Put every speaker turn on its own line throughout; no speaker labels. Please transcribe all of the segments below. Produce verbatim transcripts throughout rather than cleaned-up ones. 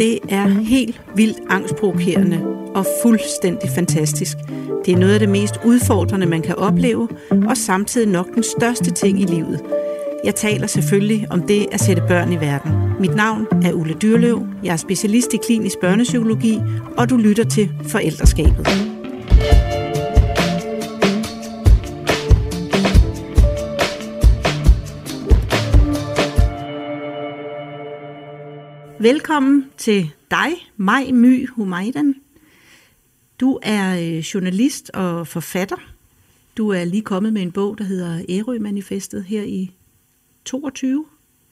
Det er helt vildt angstprovokerende og fuldstændig fantastisk. Det er noget af det mest udfordrende, man kan opleve, og samtidig nok den største ting i livet. Jeg taler selvfølgelig om det at sætte børn i verden. Mit navn er Ulla Dyrløv, jeg er specialist i klinisk børnepsykologi, og du lytter til Forældreskabet. Velkommen til dig, Maj My Humaydan. Du er journalist og forfatter. Du er lige kommet med en bog, der hedder Ærø-manifestet her i toogtyve.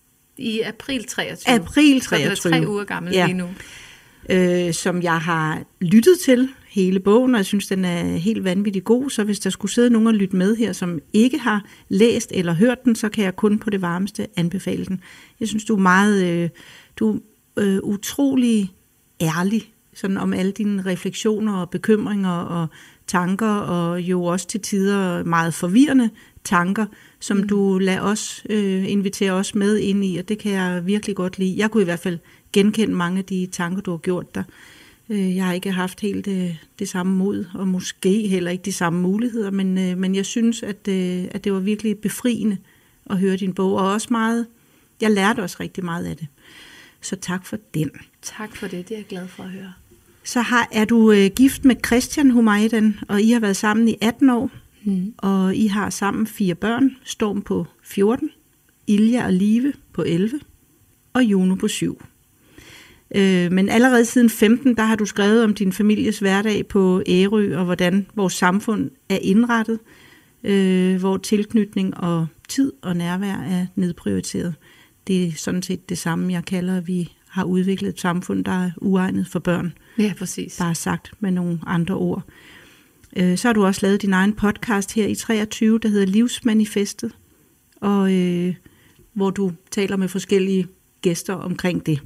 I april treogtyve.
April treogtyve.
Så det er tre uger gammel ja. lige nu.
Øh, som jeg har lyttet til hele bogen, og jeg synes, den er helt vanvittig god. Så hvis der skulle sidde nogen og lytte med her, som ikke har læst eller hørt den, så kan jeg kun på det varmeste anbefale den. Jeg synes, du er meget... Øh, du øh, utrolig ærlig sådan om alle dine refleksioner og bekymringer og tanker, og jo også til tider meget forvirrende tanker, som mm. du lader os øh, invitere os med ind i, og det kan jeg virkelig godt lide. Jeg kunne i hvert fald genkende mange af de tanker, du har gjort der. Øh, jeg har ikke haft helt det, det samme mod, og måske heller ikke de samme muligheder, men, øh, men jeg synes, at, øh, at det var virkelig befriende at høre din bog, og også meget, jeg lærte også rigtig meget af det. Så tak for den.
Tak for det, det er jeg glad for at høre.
Så har, er du øh, gift med Christian Humaydan, og I har været sammen i atten år, mm. og I har sammen fire børn, Storm på fjorten, Ilja og Live på elleve, og Juno på syv. Øh, men allerede siden femten, der har du skrevet om din families hverdag på Ærø, og hvordan vores samfund er indrettet, øh, hvor tilknytning og tid og nærvær er nedprioriteret. Det er sådan set det samme, jeg kalder, at vi har udviklet et samfund, der er uegnet for børn.
Ja, præcis.
Bare sagt med nogle andre ord. Så har du også lavet din egen podcast her i treogtyve, der hedder Livsmanifestet, og øh, hvor du taler med forskellige gæster omkring det.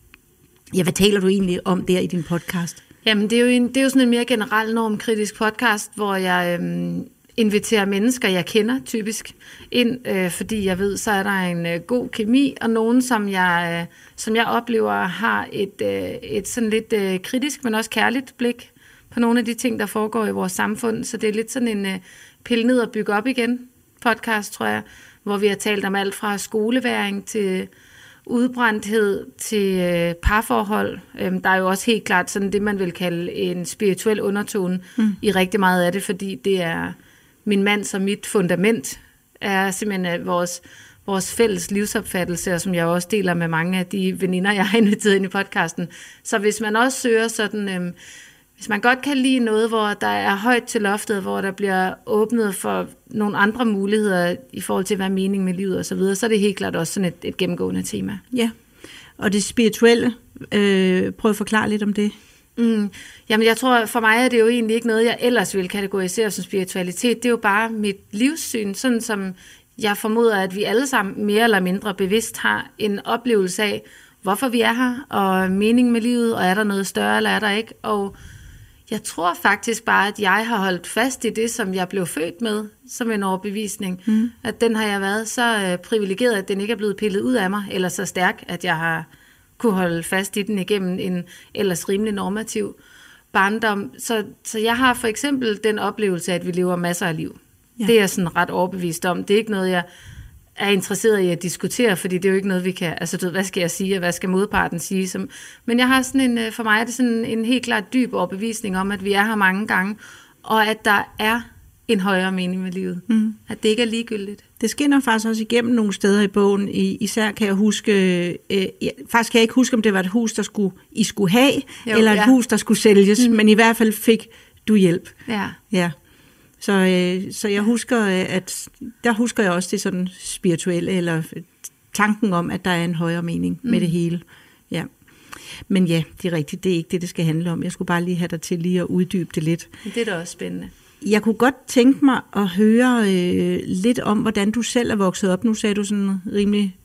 Ja, hvad taler du egentlig om der i din podcast?
Jamen, det er jo, en, det er jo sådan en mere generel normkritisk podcast, hvor jeg... Øhm inviterer mennesker, jeg kender typisk, ind, øh, fordi jeg ved, så er der en øh, god kemi, og nogen, som jeg, øh, som jeg oplever, har et, øh, et sådan lidt øh, kritisk, men også kærligt blik på nogle af de ting, der foregår i vores samfund. Så det er lidt sådan en øh, pille ned og bygge op igen podcast, tror jeg, hvor vi har talt om alt fra skoleværing til udbrændthed til øh, parforhold. Øhm, der er jo også helt klart sådan det, man vil kalde en spirituel undertone mm. i rigtig meget af det, fordi det er min mands og mit fundament er simpelthen vores, vores fælles livsopfattelse, og som jeg også deler med mange af de veninder, jeg har inviteret ind i podcasten. Så hvis man også søger sådan, øhm, hvis man godt kan lide noget, hvor der er højt til loftet, hvor der bliver åbnet for nogle andre muligheder i forhold til, hvad er mening med livet og så videre, så er det helt klart også sådan et, et gennemgående tema.
Ja, og det spirituelle, øh, prøv at forklare lidt om det.
Mm. Jamen jeg tror, for mig er det jo egentlig ikke noget, jeg ellers vil kategorisere som spiritualitet. Det er jo bare mit livssyn, sådan som jeg formoder, at vi alle sammen mere eller mindre bevidst har en oplevelse af, hvorfor vi er her, og mening med livet, og er der noget større, eller er der ikke. Og jeg tror faktisk bare, at jeg har holdt fast i det, som jeg blev født med, som en overbevisning. Mm. At den har jeg været så privilegeret, at den ikke er blevet pillet ud af mig, eller så stærk, at jeg har kunne holde fast i den igennem en ellers rimelig normativ barndom. Så, så jeg har for eksempel den oplevelse, at vi lever masser af liv. Ja. Det er jeg sådan ret overbevist om. Det er ikke noget, jeg er interesseret i at diskutere, fordi det er jo ikke noget, vi kan... Altså, du ved, hvad skal jeg sige, og hvad skal modparten sige? Som, men jeg har sådan en... For mig er det sådan en helt klart dyb overbevisning om, at vi er her mange gange, og at der er en højere mening med livet. Mm. At det ikke er ligegyldigt.
Det skinner faktisk også igennem nogle steder i bogen. I, især kan jeg huske, øh, ja, faktisk kan jeg ikke huske, om det var et hus, der skulle, I skulle have, jo, eller et ja. hus, der skulle sælges, mm. men i hvert fald fik du hjælp.
Ja.
Ja. Så, øh, så jeg husker, at der husker jeg også det sådan spirituelle, eller tanken om, at der er en højere mening mm. med det hele. Ja. Men ja, det er rigtigt, det er ikke det, det skal handle om. Jeg skulle bare lige have dig til lige at uddybe det lidt.
Det er da også spændende.
Jeg kunne godt tænke mig at høre øh, lidt om, hvordan du selv er vokset op. Nu sagde du sådan rimelig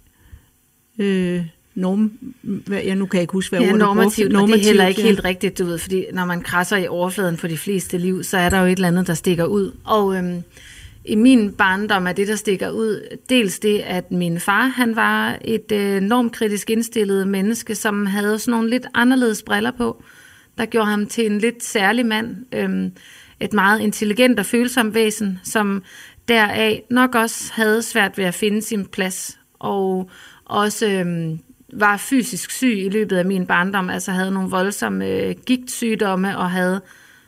øh, norm... Ja, nu kan jeg ikke huske, hvad
ja,
ordet
normativt, normativt, og det er heller ikke ja. helt rigtigt, du ved, fordi når man krasser i overfladen på de fleste liv, så er der jo et eller andet, der stikker ud. Og øhm, i min barndom er det, der stikker ud, dels det, at min far, han var et øh, normkritisk indstillet menneske, som havde sådan nogle lidt anderledes briller på, der gjorde ham til en lidt særlig mand, øhm, et meget intelligent og følsom væsen, som deraf nok også havde svært ved at finde sin plads, og også øhm, var fysisk syg i løbet af min barndom, altså havde nogle voldsomme øh, gigtsygdomme og havde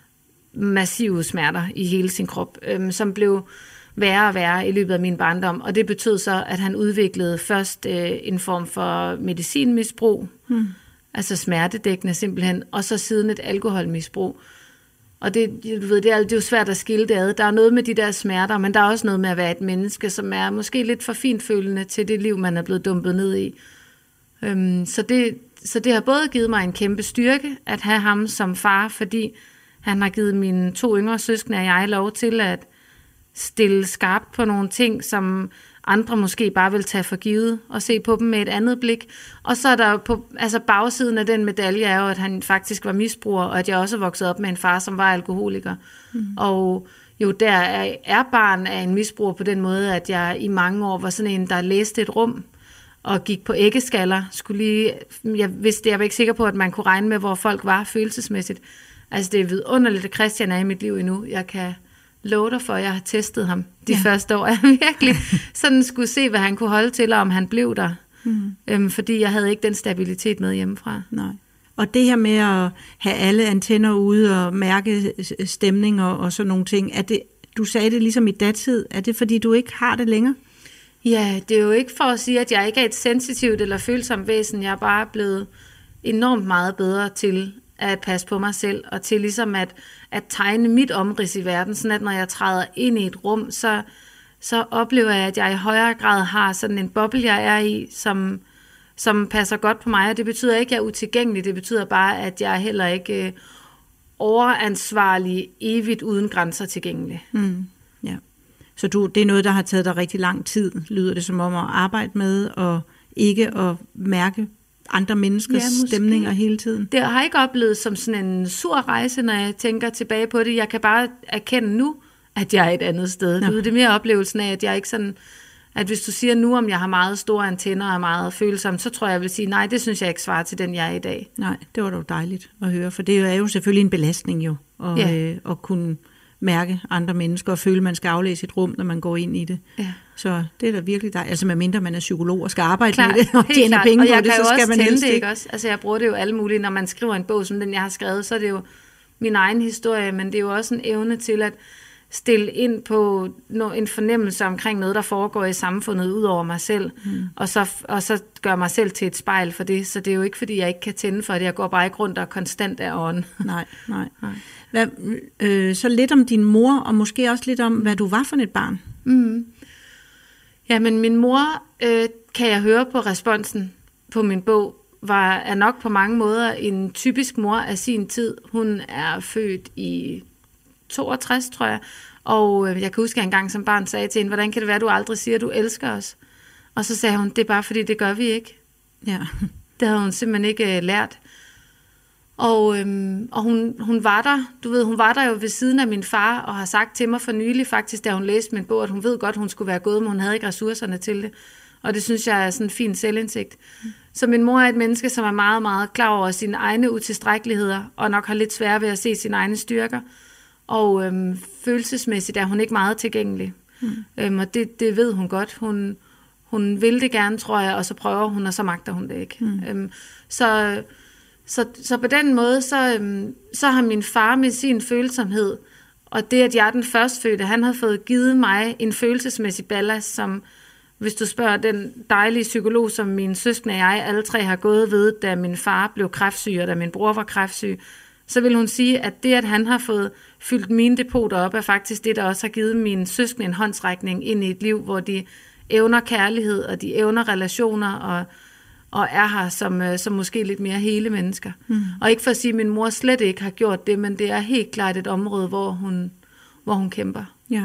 massive smerter i hele sin krop, øhm, som blev værre og værre i løbet af min barndom, og det betød så, at han udviklede først øh, en form for medicinmisbrug, hmm. altså smertedækkende simpelthen, og så siden et alkoholmisbrug. Og det, du ved, det, er, det er jo svært at skille det ad. Der er noget med de der smerter, men der er også noget med at være et menneske, som er måske lidt for fintfølende til det liv, man er blevet dumpet ned i. Øhm, så, det, så det har både givet mig en kæmpe styrke at have ham som far, fordi han har givet mine to yngre søskende og jeg lov til at stille skarpt på nogle ting, som andre måske bare vil tage for givet og se på dem med et andet blik. Og så er der på altså bagsiden af den medalje er jo, at han faktisk var misbruger, og at jeg også voksede op med en far, som var alkoholiker. Mm. Og jo, der er, er barn af en misbruger på den måde, at jeg i mange år var sådan en, der læste et rum og gik på æggeskaller. Skulle lige, jeg vidste, jeg var ikke sikker på, at man kunne regne med, hvor folk var følelsesmæssigt. Altså det er vidunderligt, at Christian er i mit liv endnu. Jeg kan love dig for, at jeg har testet ham de ja. første år. Jeg virkelig sådan skulle se, hvad han kunne holde til, og om han blev der. Mm. Øhm, fordi jeg havde ikke den stabilitet med hjemmefra.
Nej. Og det her med at have alle antenner ude og mærke stemninger og sådan nogle ting, er det, du sagde det ligesom i datid, er det fordi du ikke har det længere?
Ja, det er jo ikke for at sige, at jeg ikke er et sensitivt eller følsomt væsen. Jeg er bare blevet enormt meget bedre til at passe på mig selv, og til ligesom at, at tegne mit omrids i verden, sådan at når jeg træder ind i et rum, så, så oplever jeg, at jeg i højere grad har sådan en boble, jeg er i, som, som passer godt på mig, og det betyder ikke, at jeg er utilgængelig, det betyder bare, at jeg er heller ikke øh, overansvarlig, evigt uden grænser tilgængelig. Mm,
ja. Så du, det er noget, der har taget dig rigtig lang tid, lyder det som om, at arbejde med, og ikke at mærke andre menneskers ja, stemninger hele tiden.
Det har jeg ikke oplevet som sådan en sur rejse, når jeg tænker tilbage på det. Jeg kan bare erkende nu, at jeg er et andet sted. Ja. Det er mere oplevelsen af, at jeg ikke sådan, at hvis du siger nu, om jeg har meget store antenner og er meget følsom, så tror jeg, jeg vil sige, nej, det synes jeg ikke svarer til den, jeg er i dag.
Nej, det var da dejligt at høre, for det er jo selvfølgelig en belastning jo, at, ja. øh, at kunne mærke andre mennesker og føle, at man skal aflæse et rum, når man går ind i det. Ja. Så det er da virkelig dejligt. Altså medmindre man er psykolog og skal arbejde
klart,
med det og tjene klart. penge
og
på det, så skal man helst
det,
ikke.
Også. Altså jeg bruger det jo alle mulige, når man skriver en bog som den, jeg har skrevet, så er det jo min egen historie, men det er jo også en evne til at stille ind på en fornemmelse omkring noget, der foregår i samfundet ud over mig selv, mm. og, så, og så gør mig selv til et spejl for det. Så det er jo ikke, fordi jeg ikke kan tænde for det. Jeg går bare ikke rundt og konstant er on.
Nej, nej. nej. Hvad, øh, så lidt om din mor, og måske også lidt om, hvad du var for et barn.
Mm. Ja, men min mor, øh, kan jeg høre på responsen på min bog, var, er nok på mange måder en typisk mor af sin tid. Hun er født i toogtres, tror jeg, og jeg kan huske, at jeg engang som barn sagde til hende, hvordan kan det være, at du aldrig siger, at du elsker os? Og så sagde hun, det er bare fordi, det gør vi ikke.
Ja.
Det havde hun simpelthen ikke uh, lært. Og, øhm, og hun, hun var der, du ved, hun var der jo ved siden af min far, og har sagt til mig for nylig faktisk, da hun læste min bog, at hun ved godt, hun skulle være gået, men hun havde ikke ressourcerne til det. Og det synes jeg er sådan en fin selvindsigt. Mm. Så min mor er et menneske, som er meget, meget klar over sine egne utilstrækkeligheder, og nok har lidt svært ved at se sine egne styrker. Og øhm, følelsesmæssigt er hun ikke meget tilgængelig. Mm. Øhm, og det, det ved hun godt. Hun, hun vil det gerne, tror jeg, og så prøver hun, og så magter hun det ikke. Mm. Øhm, så, så, så på den måde, så, øhm, så har min far med sin følsomhed, og det, at jeg er den førstfødte, han har fået givet mig en følelsesmæssig ballast, som, hvis du spørger den dejlige psykolog, som mine søskende og jeg alle tre har gået ved, da min far blev kræftsyg, og da min bror var kræftsyg, så vil hun sige, at det, at han har fået fyldt mine depoter op, er faktisk det, der også har givet mine søskende en håndsrækning ind i et liv, hvor de evner kærlighed, og de evner relationer, og, og er her som, som måske lidt mere hele mennesker. Mm. Og ikke for at sige, at min mor slet ikke har gjort det, men det er helt klart et område, hvor hun, hvor hun kæmper.
Ja.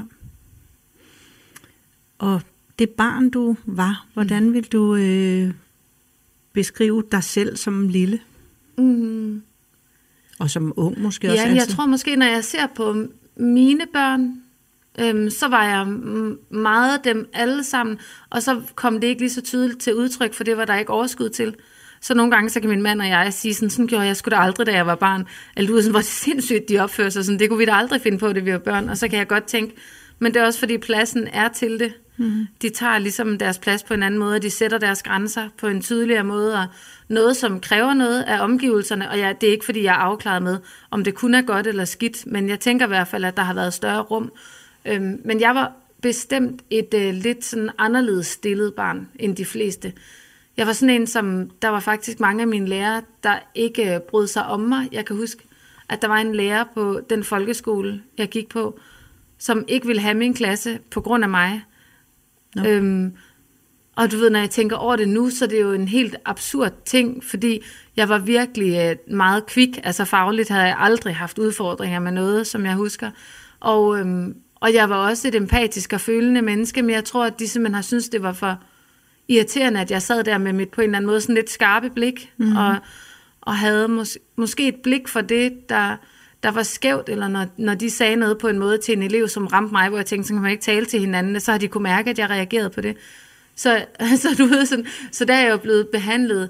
Og det barn, du var, hvordan vil du øh, beskrive dig selv som lille?
Mm.
Og som ung måske også?
Ja, jeg tror måske, når jeg ser på mine børn, øhm, så var jeg meget dem alle sammen, og så kom det ikke lige så tydeligt til udtryk, for det var der ikke overskud til. Så nogle gange, så kan min mand og jeg sige, sådan, sådan gjorde jeg sgu da aldrig, da jeg var barn. Eller du ved, sådan, hvor det sindssygt, de opfører sig, sådan, det kunne vi da aldrig finde på, det vi var børn. Og så kan jeg godt tænke, men det er også fordi pladsen er til det. Mm. De tager ligesom deres plads på en anden måde, og de sætter deres grænser på en tydeligere måde, og noget, som kræver noget af omgivelserne, og jeg, det er ikke fordi, jeg er afklaret med, om det kun er godt eller skidt, men jeg tænker i hvert fald, at der har været større rum. Øhm, men jeg var bestemt et øh, lidt sådan anderledes stillet barn end de fleste. Jeg var sådan en, som, der var faktisk mange af mine lærere, der ikke øh, brød sig om mig. Jeg kan huske, at der var en lærer på den folkeskole, jeg gik på, som ikke ville have min klasse på grund af mig. No. Øhm, og du ved, når jeg tænker over det nu, så er det jo en helt absurd ting, fordi jeg var virkelig øh, meget kvik. Altså fagligt havde jeg aldrig haft udfordringer med noget, som jeg husker. Og, øhm, og jeg var også et empatisk og følende menneske, men jeg tror, at de simpelthen har syntes, det var for irriterende, at jeg sad der med mit på en eller anden måde sådan lidt skarpe blik, mm-hmm. og, og havde mås- måske et blik for det, der, der var skævt, eller når, når de sagde noget på en måde til en elev, som ramte mig, hvor jeg tænkte, så kan man ikke tale til hinanden, så har de kunne mærke, at jeg reagerede på det. Så, så, du ved, sådan, så der er jeg jo blevet behandlet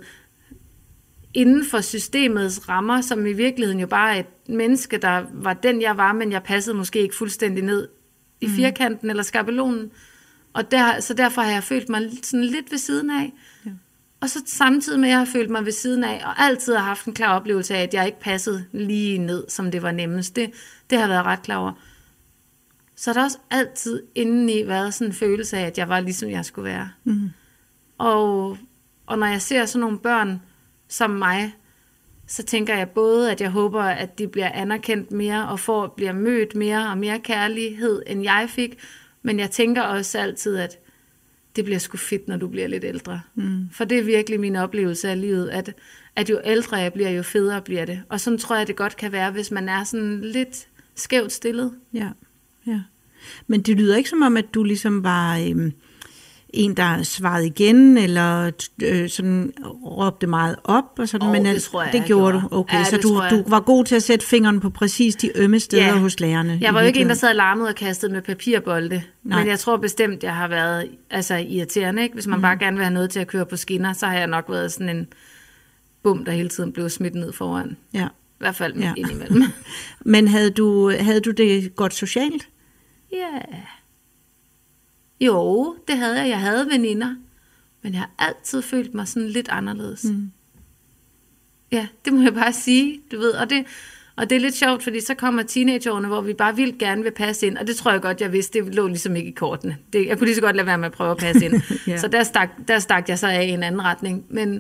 inden for systemets rammer, som i virkeligheden jo bare er et menneske, der var den, jeg var, men jeg passede måske ikke fuldstændig ned i firkanten mm. eller skabelonen. Og der, så derfor har jeg følt mig sådan lidt ved siden af. Ja. Og så samtidig med, at jeg har følt mig ved siden af, og altid har haft en klar oplevelse af, at jeg ikke passede lige ned, som det var nemmest. Det, det har jeg været ret klar over. Så der har også altid indeni været sådan en følelse af, at jeg var ligesom jeg skulle være. Mm. Og, og når jeg ser sådan nogle børn som mig, så tænker jeg både, at jeg håber, at de bliver anerkendt mere, og får, bliver mødt mere og mere kærlighed, end jeg fik. Men jeg tænker også altid, at det bliver sgu fedt, når du bliver lidt ældre. Mm. For det er virkelig min oplevelse af livet, at, at jo ældre jeg bliver, jo federe bliver det. Og sådan tror jeg, det godt kan være, hvis man er sådan lidt skævt stillet.
Ja, ja. Men det lyder ikke som om, at du ligesom var øhm, en, der svarede igen, eller øh, sådan råbte meget op, og sådan,
oh,
men
det tror jeg,
det
jeg
gjorde
gjorde.
du. Okay,
ja,
så du, du var god til at sætte fingeren på præcis de ømme steder ja. hos lærerne.
Jeg var jo ikke en, der sad larmet og kastede med papirbolde, Nej. men jeg tror bestemt, jeg har været altså, irriterende. Ikke? Hvis man mm. bare gerne vil have noget til at køre på skinner, så har jeg nok været sådan en bum, der hele tiden blev smidt ned foran. Ja. I hvert fald ja. indimellem.
Men havde du, havde du det godt socialt?
Ja. Yeah. Jo, det havde jeg. Jeg havde veninder, men jeg har altid følt mig sådan lidt anderledes. Mm. Ja, det må jeg bare sige, du ved. Og det, og det er lidt sjovt, fordi så kommer teenageårene, hvor vi bare vildt gerne vil passe ind, og det tror jeg godt, jeg vidste, det lå ligesom ikke i kortene. Det, jeg kunne lige så godt lade være med at prøve at passe ind. yeah. Så der stak, der stak jeg så af i en anden retning. Men,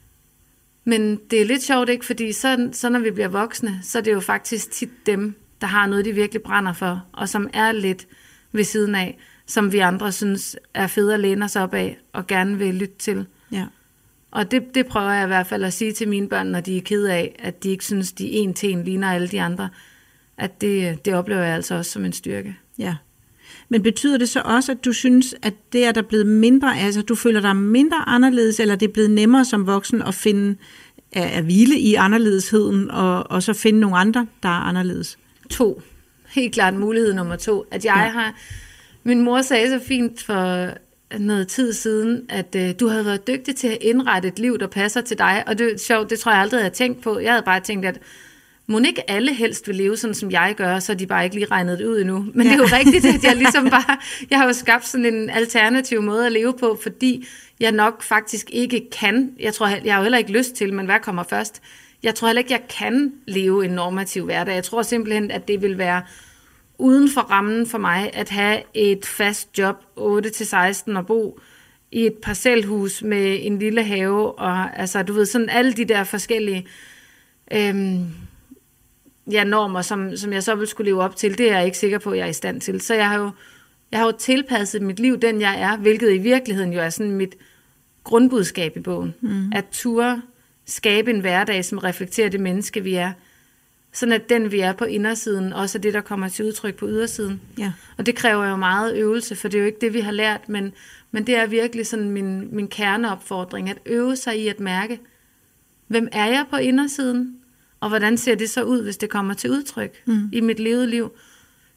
men det er lidt sjovt, ikke? Fordi så, så når vi bliver voksne, så er det jo faktisk tit dem, der har noget, de virkelig brænder for, og som er lidt ved siden af, som vi andre synes er fede at læne os op af, og gerne vil lytte til. Ja. Og det, det prøver jeg i hvert fald at sige til mine børn, når de er kede af, at de ikke synes, de en til en ligner alle de andre, at det, det oplever jeg altså også som en styrke. Ja.
Men betyder det så også, at du synes, at det er der blevet mindre, altså du føler dig mindre anderledes, eller det er blevet nemmere som voksen at finde, at hvile i anderledesheden, og, og så finde nogle andre, der er anderledes?
To. Helt klart mulighed nummer to. At jeg ja. har... Min mor sagde så fint for noget tid siden, at øh, du havde været dygtig til at indrette et liv, der passer til dig. Og det er sjovt, det tror jeg aldrig, jeg havde tænkt på. Jeg havde bare tænkt, at må ikke alle helst vil leve sådan, som jeg gør, så de bare ikke lige regnet det ud endnu. Men ja. det er jo rigtigt, at jeg ligesom bare... Jeg har jo skabt sådan en alternativ måde at leve på, fordi jeg nok faktisk ikke kan... Jeg tror, jeg har jo heller ikke lyst til, men hvad kommer først? Jeg tror heller ikke, jeg kan leve en normativ hverdag. Jeg tror simpelthen, at det vil være uden for rammen for mig, at have et fast job otte til seksten og bo i et parcelhus med en lille have, og altså, du ved, sådan alle de der forskellige øhm, ja, normer, som, som jeg så ville skulle leve op til, det er jeg ikke sikker på, at jeg er i stand til. Så jeg har jo, jeg har jo tilpasset mit liv, den jeg er, hvilket i virkeligheden jo er sådan mit grundbudskab i bogen. Mm. At ture skabe en hverdag, som reflekterer det menneske, vi er. Sådan at den, vi er på indersiden, også er det, der kommer til udtryk på ydersiden. Ja. Og det kræver jo meget øvelse, for det er jo ikke det, vi har lært, men, men det er virkelig sådan min, min kerneopfordring, at øve sig i at mærke, hvem er jeg på indersiden, og hvordan ser det så ud, hvis det kommer til udtryk mm. i mit levede liv.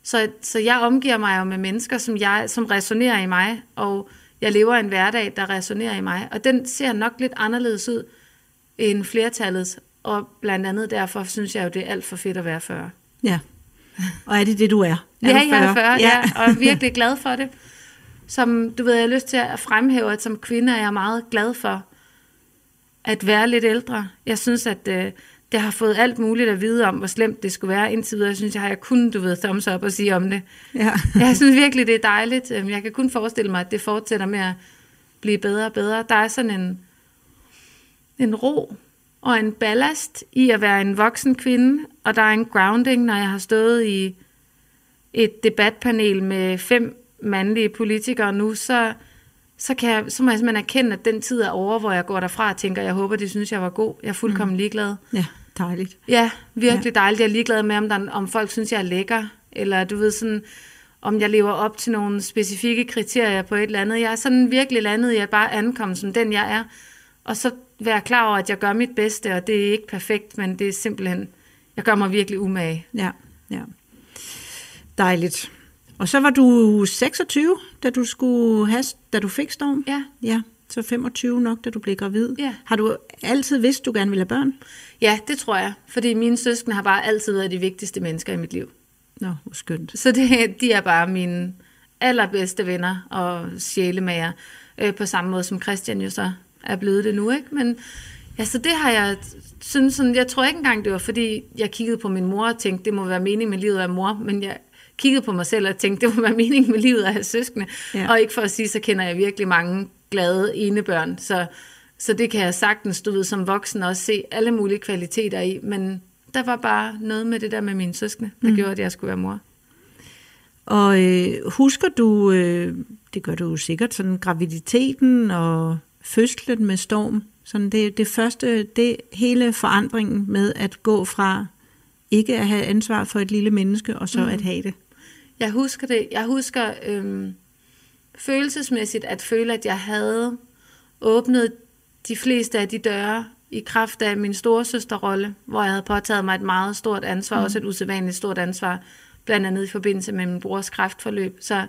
Så, så jeg omgiver mig jo med mennesker, som, jeg, som resonerer i mig, og jeg lever en hverdag, der resonerer i mig. Og den ser nok lidt anderledes ud end flertallets, og blandt andet derfor synes jeg jo, det er alt for fedt at være fyrre.
Ja, og er det det, du er? er
ja,
du
jeg er fyrre, ja. ja, og er virkelig glad for det. Som, du ved, jeg har lyst til at fremhæve, at som kvinde er jeg meget glad for at være lidt ældre. Jeg synes, at øh, det har fået alt muligt at vide om, hvor slemt det skulle være indtil videre. Jeg synes, jeg har jeg kun, du ved, thumbs up og sige om det. Ja. Jeg synes virkelig, det er dejligt. Jeg kan kun forestille mig, at det fortsætter med at blive bedre og bedre. Der er sådan en, en ro og en ballast i at være en voksen kvinde, og der er en grounding, når jeg har stået i et debatpanel med fem mandlige politikere nu, så, så, kan jeg, så må jeg simpelthen erkende, at den tid er over, hvor jeg går derfra og tænker, jeg håber, de synes, jeg var god. Jeg er fuldkommen ligeglad.
Ja, dejligt.
Ja, virkelig ja. dejligt. Jeg er ligeglad med, om, der, om folk synes, jeg er lækker, eller du ved sådan, om jeg lever op til nogle specifikke kriterier på et eller andet. Jeg er sådan virkelig landet i at bare ankomme som den, jeg er, og så være klar over, at jeg gør mit bedste, og det er ikke perfekt, men det er simpelthen, jeg gør mig virkelig umage.
Ja, ja. Dejligt. Og så var du seksogtyve, da du skulle have, da du fik Storm?
Ja.
Ja, så femogtyve nok, da du blev gravid.
Ja.
Har du altid vidst, du gerne ville have børn?
Ja, det tror jeg, fordi mine søskende har bare altid været de vigtigste mennesker i mit liv.
Nå, hvor skønt.
Så det, de er bare mine allerbedste venner og sjælemager, øh, på samme måde som Christian jo så er blevet det nu, ikke? Men ja, så det har jeg synes sådan, jeg tror ikke engang, det var fordi, jeg kiggede på min mor og tænkte, det må være mening med livet af mor, men jeg kiggede på mig selv og tænkte, det må være mening med livet af at have søskende. Ja. Og ikke for at sige, så kender jeg virkelig mange glade enebørn, så, så det kan jeg sagtens, du ved, som voksen også se alle mulige kvaliteter i, men der var bare noget med det der med mine søskende, der mm. gjorde, at jeg skulle være mor.
Og øh, husker du, øh, det gør du jo sikkert, sådan graviditeten og fødslen med Storm, sådan det, det første, det hele forandringen med at gå fra ikke at have ansvar for et lille menneske, og så mm. at have det.
Jeg husker det. Jeg husker øhm, følelsesmæssigt at føle, at jeg havde åbnet de fleste af de døre i kraft af min storesøsterrolle, hvor jeg havde påtaget mig et meget stort ansvar, mm. også et usædvanligt stort ansvar, blandt andet i forbindelse med min brors kræftforløb. Så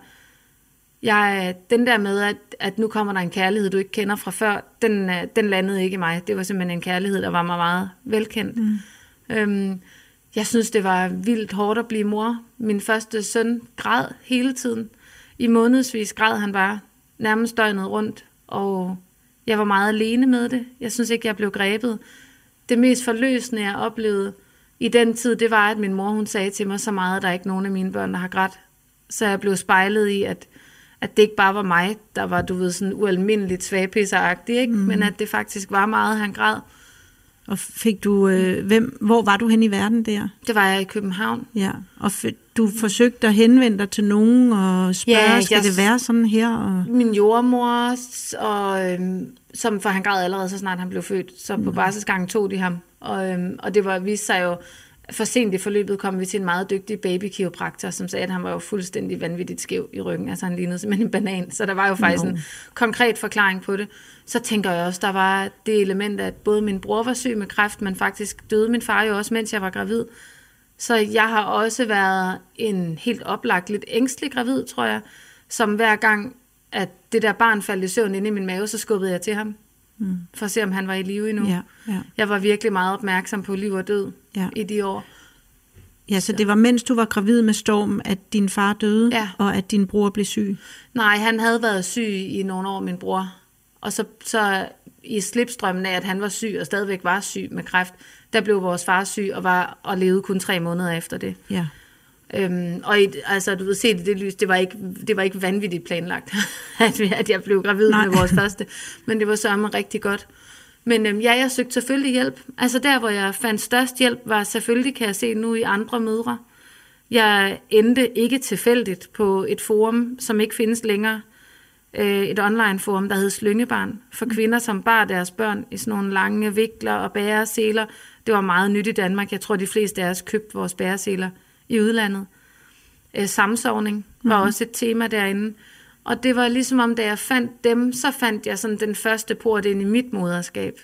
jeg, den der med, at, at nu kommer der en kærlighed, du ikke kender fra før, den, den landede ikke i mig. Det var simpelthen en kærlighed, der var mig meget velkendt. Mm. Øhm, Jeg synes, det var vildt hårdt at blive mor. Min første søn græd hele tiden. I månedsvis græd han bare nærmest døgnet rundt, og jeg var meget alene med det. Jeg synes ikke, jeg blev grebet. Det mest forløsende, jeg oplevede i den tid, det var, at min mor hun sagde til mig så meget, at der er ikke nogen af mine børn, der har grædt. Så jeg blev spejlet i, at, at det ikke bare var mig, der var, du ved, sådan ualmindeligt svagpisseragtig, ikke? Mm. Men at det faktisk var meget, han græd.
Og fik du, øh, hvem, hvor var du hen i verden der?
Det var jeg i København.
Ja, og f- du forsøgte at henvende dig til nogen og spørge, ja, skal jeg, det være sådan her? Og...
Min jordmor, og, øhm, som, for han græd allerede så snart han blev født, så på barselsgangen tog de ham. Og, øhm, og det var, viste sig jo, for sent i forløbet kom vi til en meget dygtig babykiropraktor, som sagde, at han var jo fuldstændig vanvittigt skæv i ryggen. Altså han lignede simpelthen en banan, så der var jo faktisk no. en konkret forklaring på det. Så tænker jeg også, der var det element, at både min bror var syg med kræft, men faktisk døde min far jo også, mens jeg var gravid. Så jeg har også været en helt oplagt, lidt ængstelig gravid, tror jeg, som hver gang, at det der barn faldt i søvn inde i min mave, så skubbede jeg til ham, mm. for at se, om han var i live endnu.
Ja, ja. Jeg
var virkelig meget opmærksom på liv og død ja. i de år.
Ja, så det var mens du var gravid med Storm, at din far døde, ja. og at din bror blev syg?
Nej, han havde været syg i nogle år, min bror. Og så, så i slipstrømmen af, at han var syg og stadigvæk var syg med kræft, der blev vores far syg og, var, og levede kun tre måneder efter det.
Ja.
Øhm, og i, altså, du ved, se det, det lys, det var ikke, det var ikke vanvittigt planlagt, at, at jeg blev gravid Nej. med vores første, men det var sørme rigtig godt. Men øhm, ja, jeg søgte selvfølgelig hjælp. Altså der, hvor jeg fandt størst hjælp, var selvfølgelig, kan jeg se nu, i andre mødre. Jeg endte ikke tilfældigt på et forum, som ikke findes længere, et online forum, der hed Slyngebarn, for kvinder, som bar deres børn i sådan nogle lange vikler og bæreseler. Det var meget nyt i Danmark. Jeg tror, de fleste af os købte vores bæreseler i udlandet. Samsovning var mm-hmm. også et tema derinde. Og det var ligesom om, da jeg fandt dem, så fandt jeg sådan den første port ind i mit moderskab.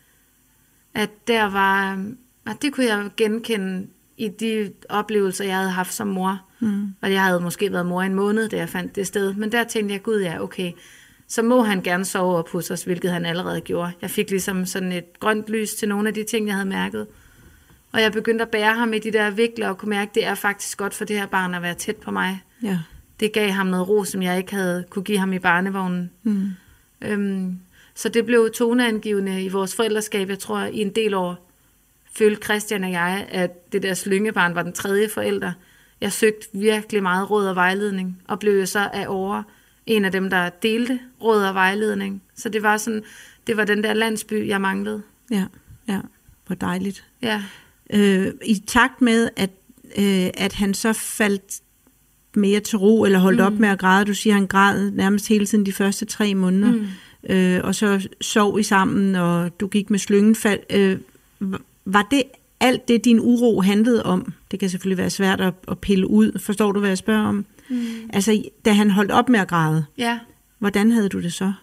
At der var, at det kunne jeg genkende i de oplevelser, jeg havde haft som mor. Mm. Og jeg havde måske været mor en måned, da jeg fandt det sted. Men der tænkte jeg, gud ja, okay, så må han gerne sove op hos os, hvilket han allerede gjorde. Jeg fik ligesom sådan et grønt lys til nogle af de ting, jeg havde mærket. Og jeg begyndte at bære ham i de der vikler, og kunne mærke, at det er faktisk godt for det her barn at være tæt på mig. Ja. Det gav ham noget ro, som jeg ikke havde kunne give ham i barnevognen. Mm. Øhm, så det blev toneangivende i vores forældreskab. Jeg tror, i en del år følte Christian og jeg, at det der slyngebarn var den tredje forælder. Jeg søgte virkelig meget råd og vejledning, og blev jo så af over en af dem, der delte råd og vejledning. Så det var sådan, det var den der landsby, jeg manglede.
Ja, ja, hvor dejligt.
Ja.
Øh, I takt med, at, øh, at han så faldt mere til ro, eller holdt mm. op med at græde, du siger, han græd nærmest hele tiden de første tre måneder, mm. øh, og så sov I sammen, og du gik med slyngen. Øh, var det alt det, din uro handlede om? Det kan selvfølgelig være svært at, at pille ud. Forstår du, hvad jeg spørger om? Mm. Altså, da han holdt op med at græde,
ja.
Hvordan havde du det så?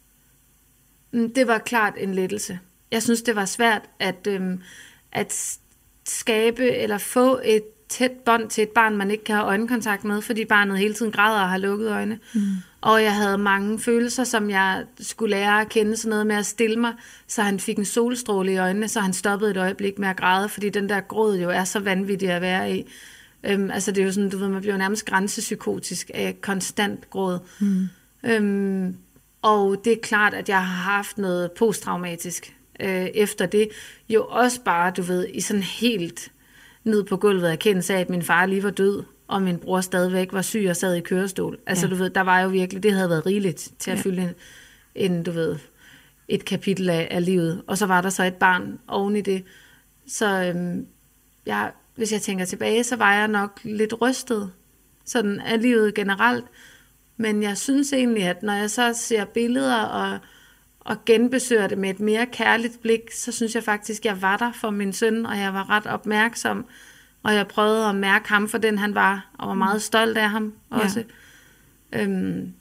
Det var klart en lettelse. Jeg synes, det var svært at, øhm, at skabe eller få et tæt bånd til et barn, man ikke kan have øjenkontakt med, fordi barnet hele tiden græder og har lukket øjne. Mm. Og jeg havde mange følelser, som jeg skulle lære at kende, sådan noget med at stille mig, så han fik en solstråle i øjnene, så han stoppede et øjeblik med at græde, fordi den der gråd jo er så vanvittig at være i. Øhm, altså det er jo sådan, du ved, man bliver nærmest grænsepsykotisk af konstant gråd. Mm. Øhm, og det er klart, at jeg har haft noget posttraumatisk øh, efter det. Jo også bare, du ved, i sådan helt ned på gulvet erkendelse af, at min far lige var død, og min bror stadigvæk var syg og sad i kørestol. Altså ja. Du ved, der var jo virkelig, det havde været rigeligt til at ja. fylde en, en, du ved, et kapitel af, af livet. Og så var der så et barn oven i det. Så øhm, jeg, hvis jeg tænker tilbage, så var jeg nok lidt rystet sådan af livet generelt. Men jeg synes egentlig, at når jeg så ser billeder og, og genbesøger det med et mere kærligt blik, så synes jeg faktisk, at jeg var der for min søn, og jeg var ret opmærksom, og jeg prøvede at mærke ham for den, han var, og var meget stolt af ham også. Ja. Øhm,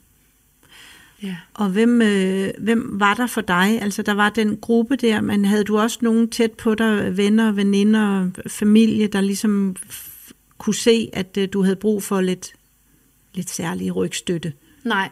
ja.
Og hvem, øh, hvem var der for dig? Altså, der var den gruppe der, men havde du også nogen tæt på dig, venner, veninder, familie, der ligesom f- kunne se, at øh, du havde brug for lidt lidt særlig rygstøtte?
Nej,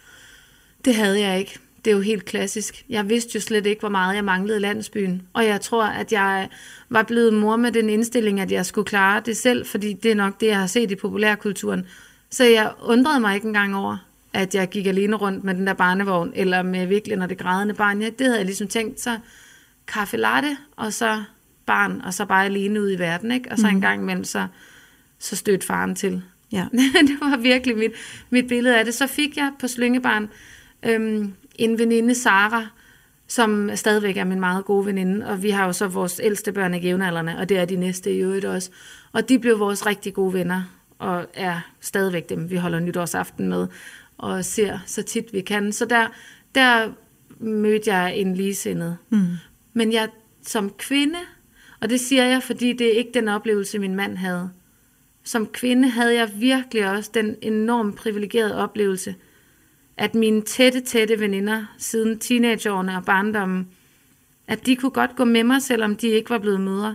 det havde jeg ikke. Det er jo helt klassisk. Jeg vidste jo slet ikke, hvor meget jeg manglede i landsbyen. Og jeg tror, at jeg var blevet mor med den indstilling, at jeg skulle klare det selv, fordi det er nok det, jeg har set i populærkulturen. Så jeg undrede mig ikke engang over, at jeg gik alene rundt med den der barnevogn, eller med virkelig, når det grædende barn. Ja, det havde jeg ligesom tænkt, så kaffe latte, og så barn, og så bare alene ud i verden, ikke? Og så mm. en gang imellem, så, så stødte faren til. Ja. Det var virkelig mit, mit billede af det. Så fik jeg på slyngebarn øhm, en veninde, Sara, som stadigvæk er min meget gode veninde, og vi har jo så vores ældste børn af jævnaldrende, og det er de næste i øvrigt også. Og de blev vores rigtig gode venner, og er stadigvæk dem, vi holder nytårsaften med, og ser så tit vi kan. Så der, der mødte jeg en ligesindet. Mm. Men jeg som kvinde, og det siger jeg, fordi det er ikke den oplevelse, min mand havde. Som kvinde havde jeg virkelig også den enormt privilegerede oplevelse, at mine tætte, tætte veninder siden teenageårene og barndommen, at de kunne godt gå med mig, selvom de ikke var blevet mødre.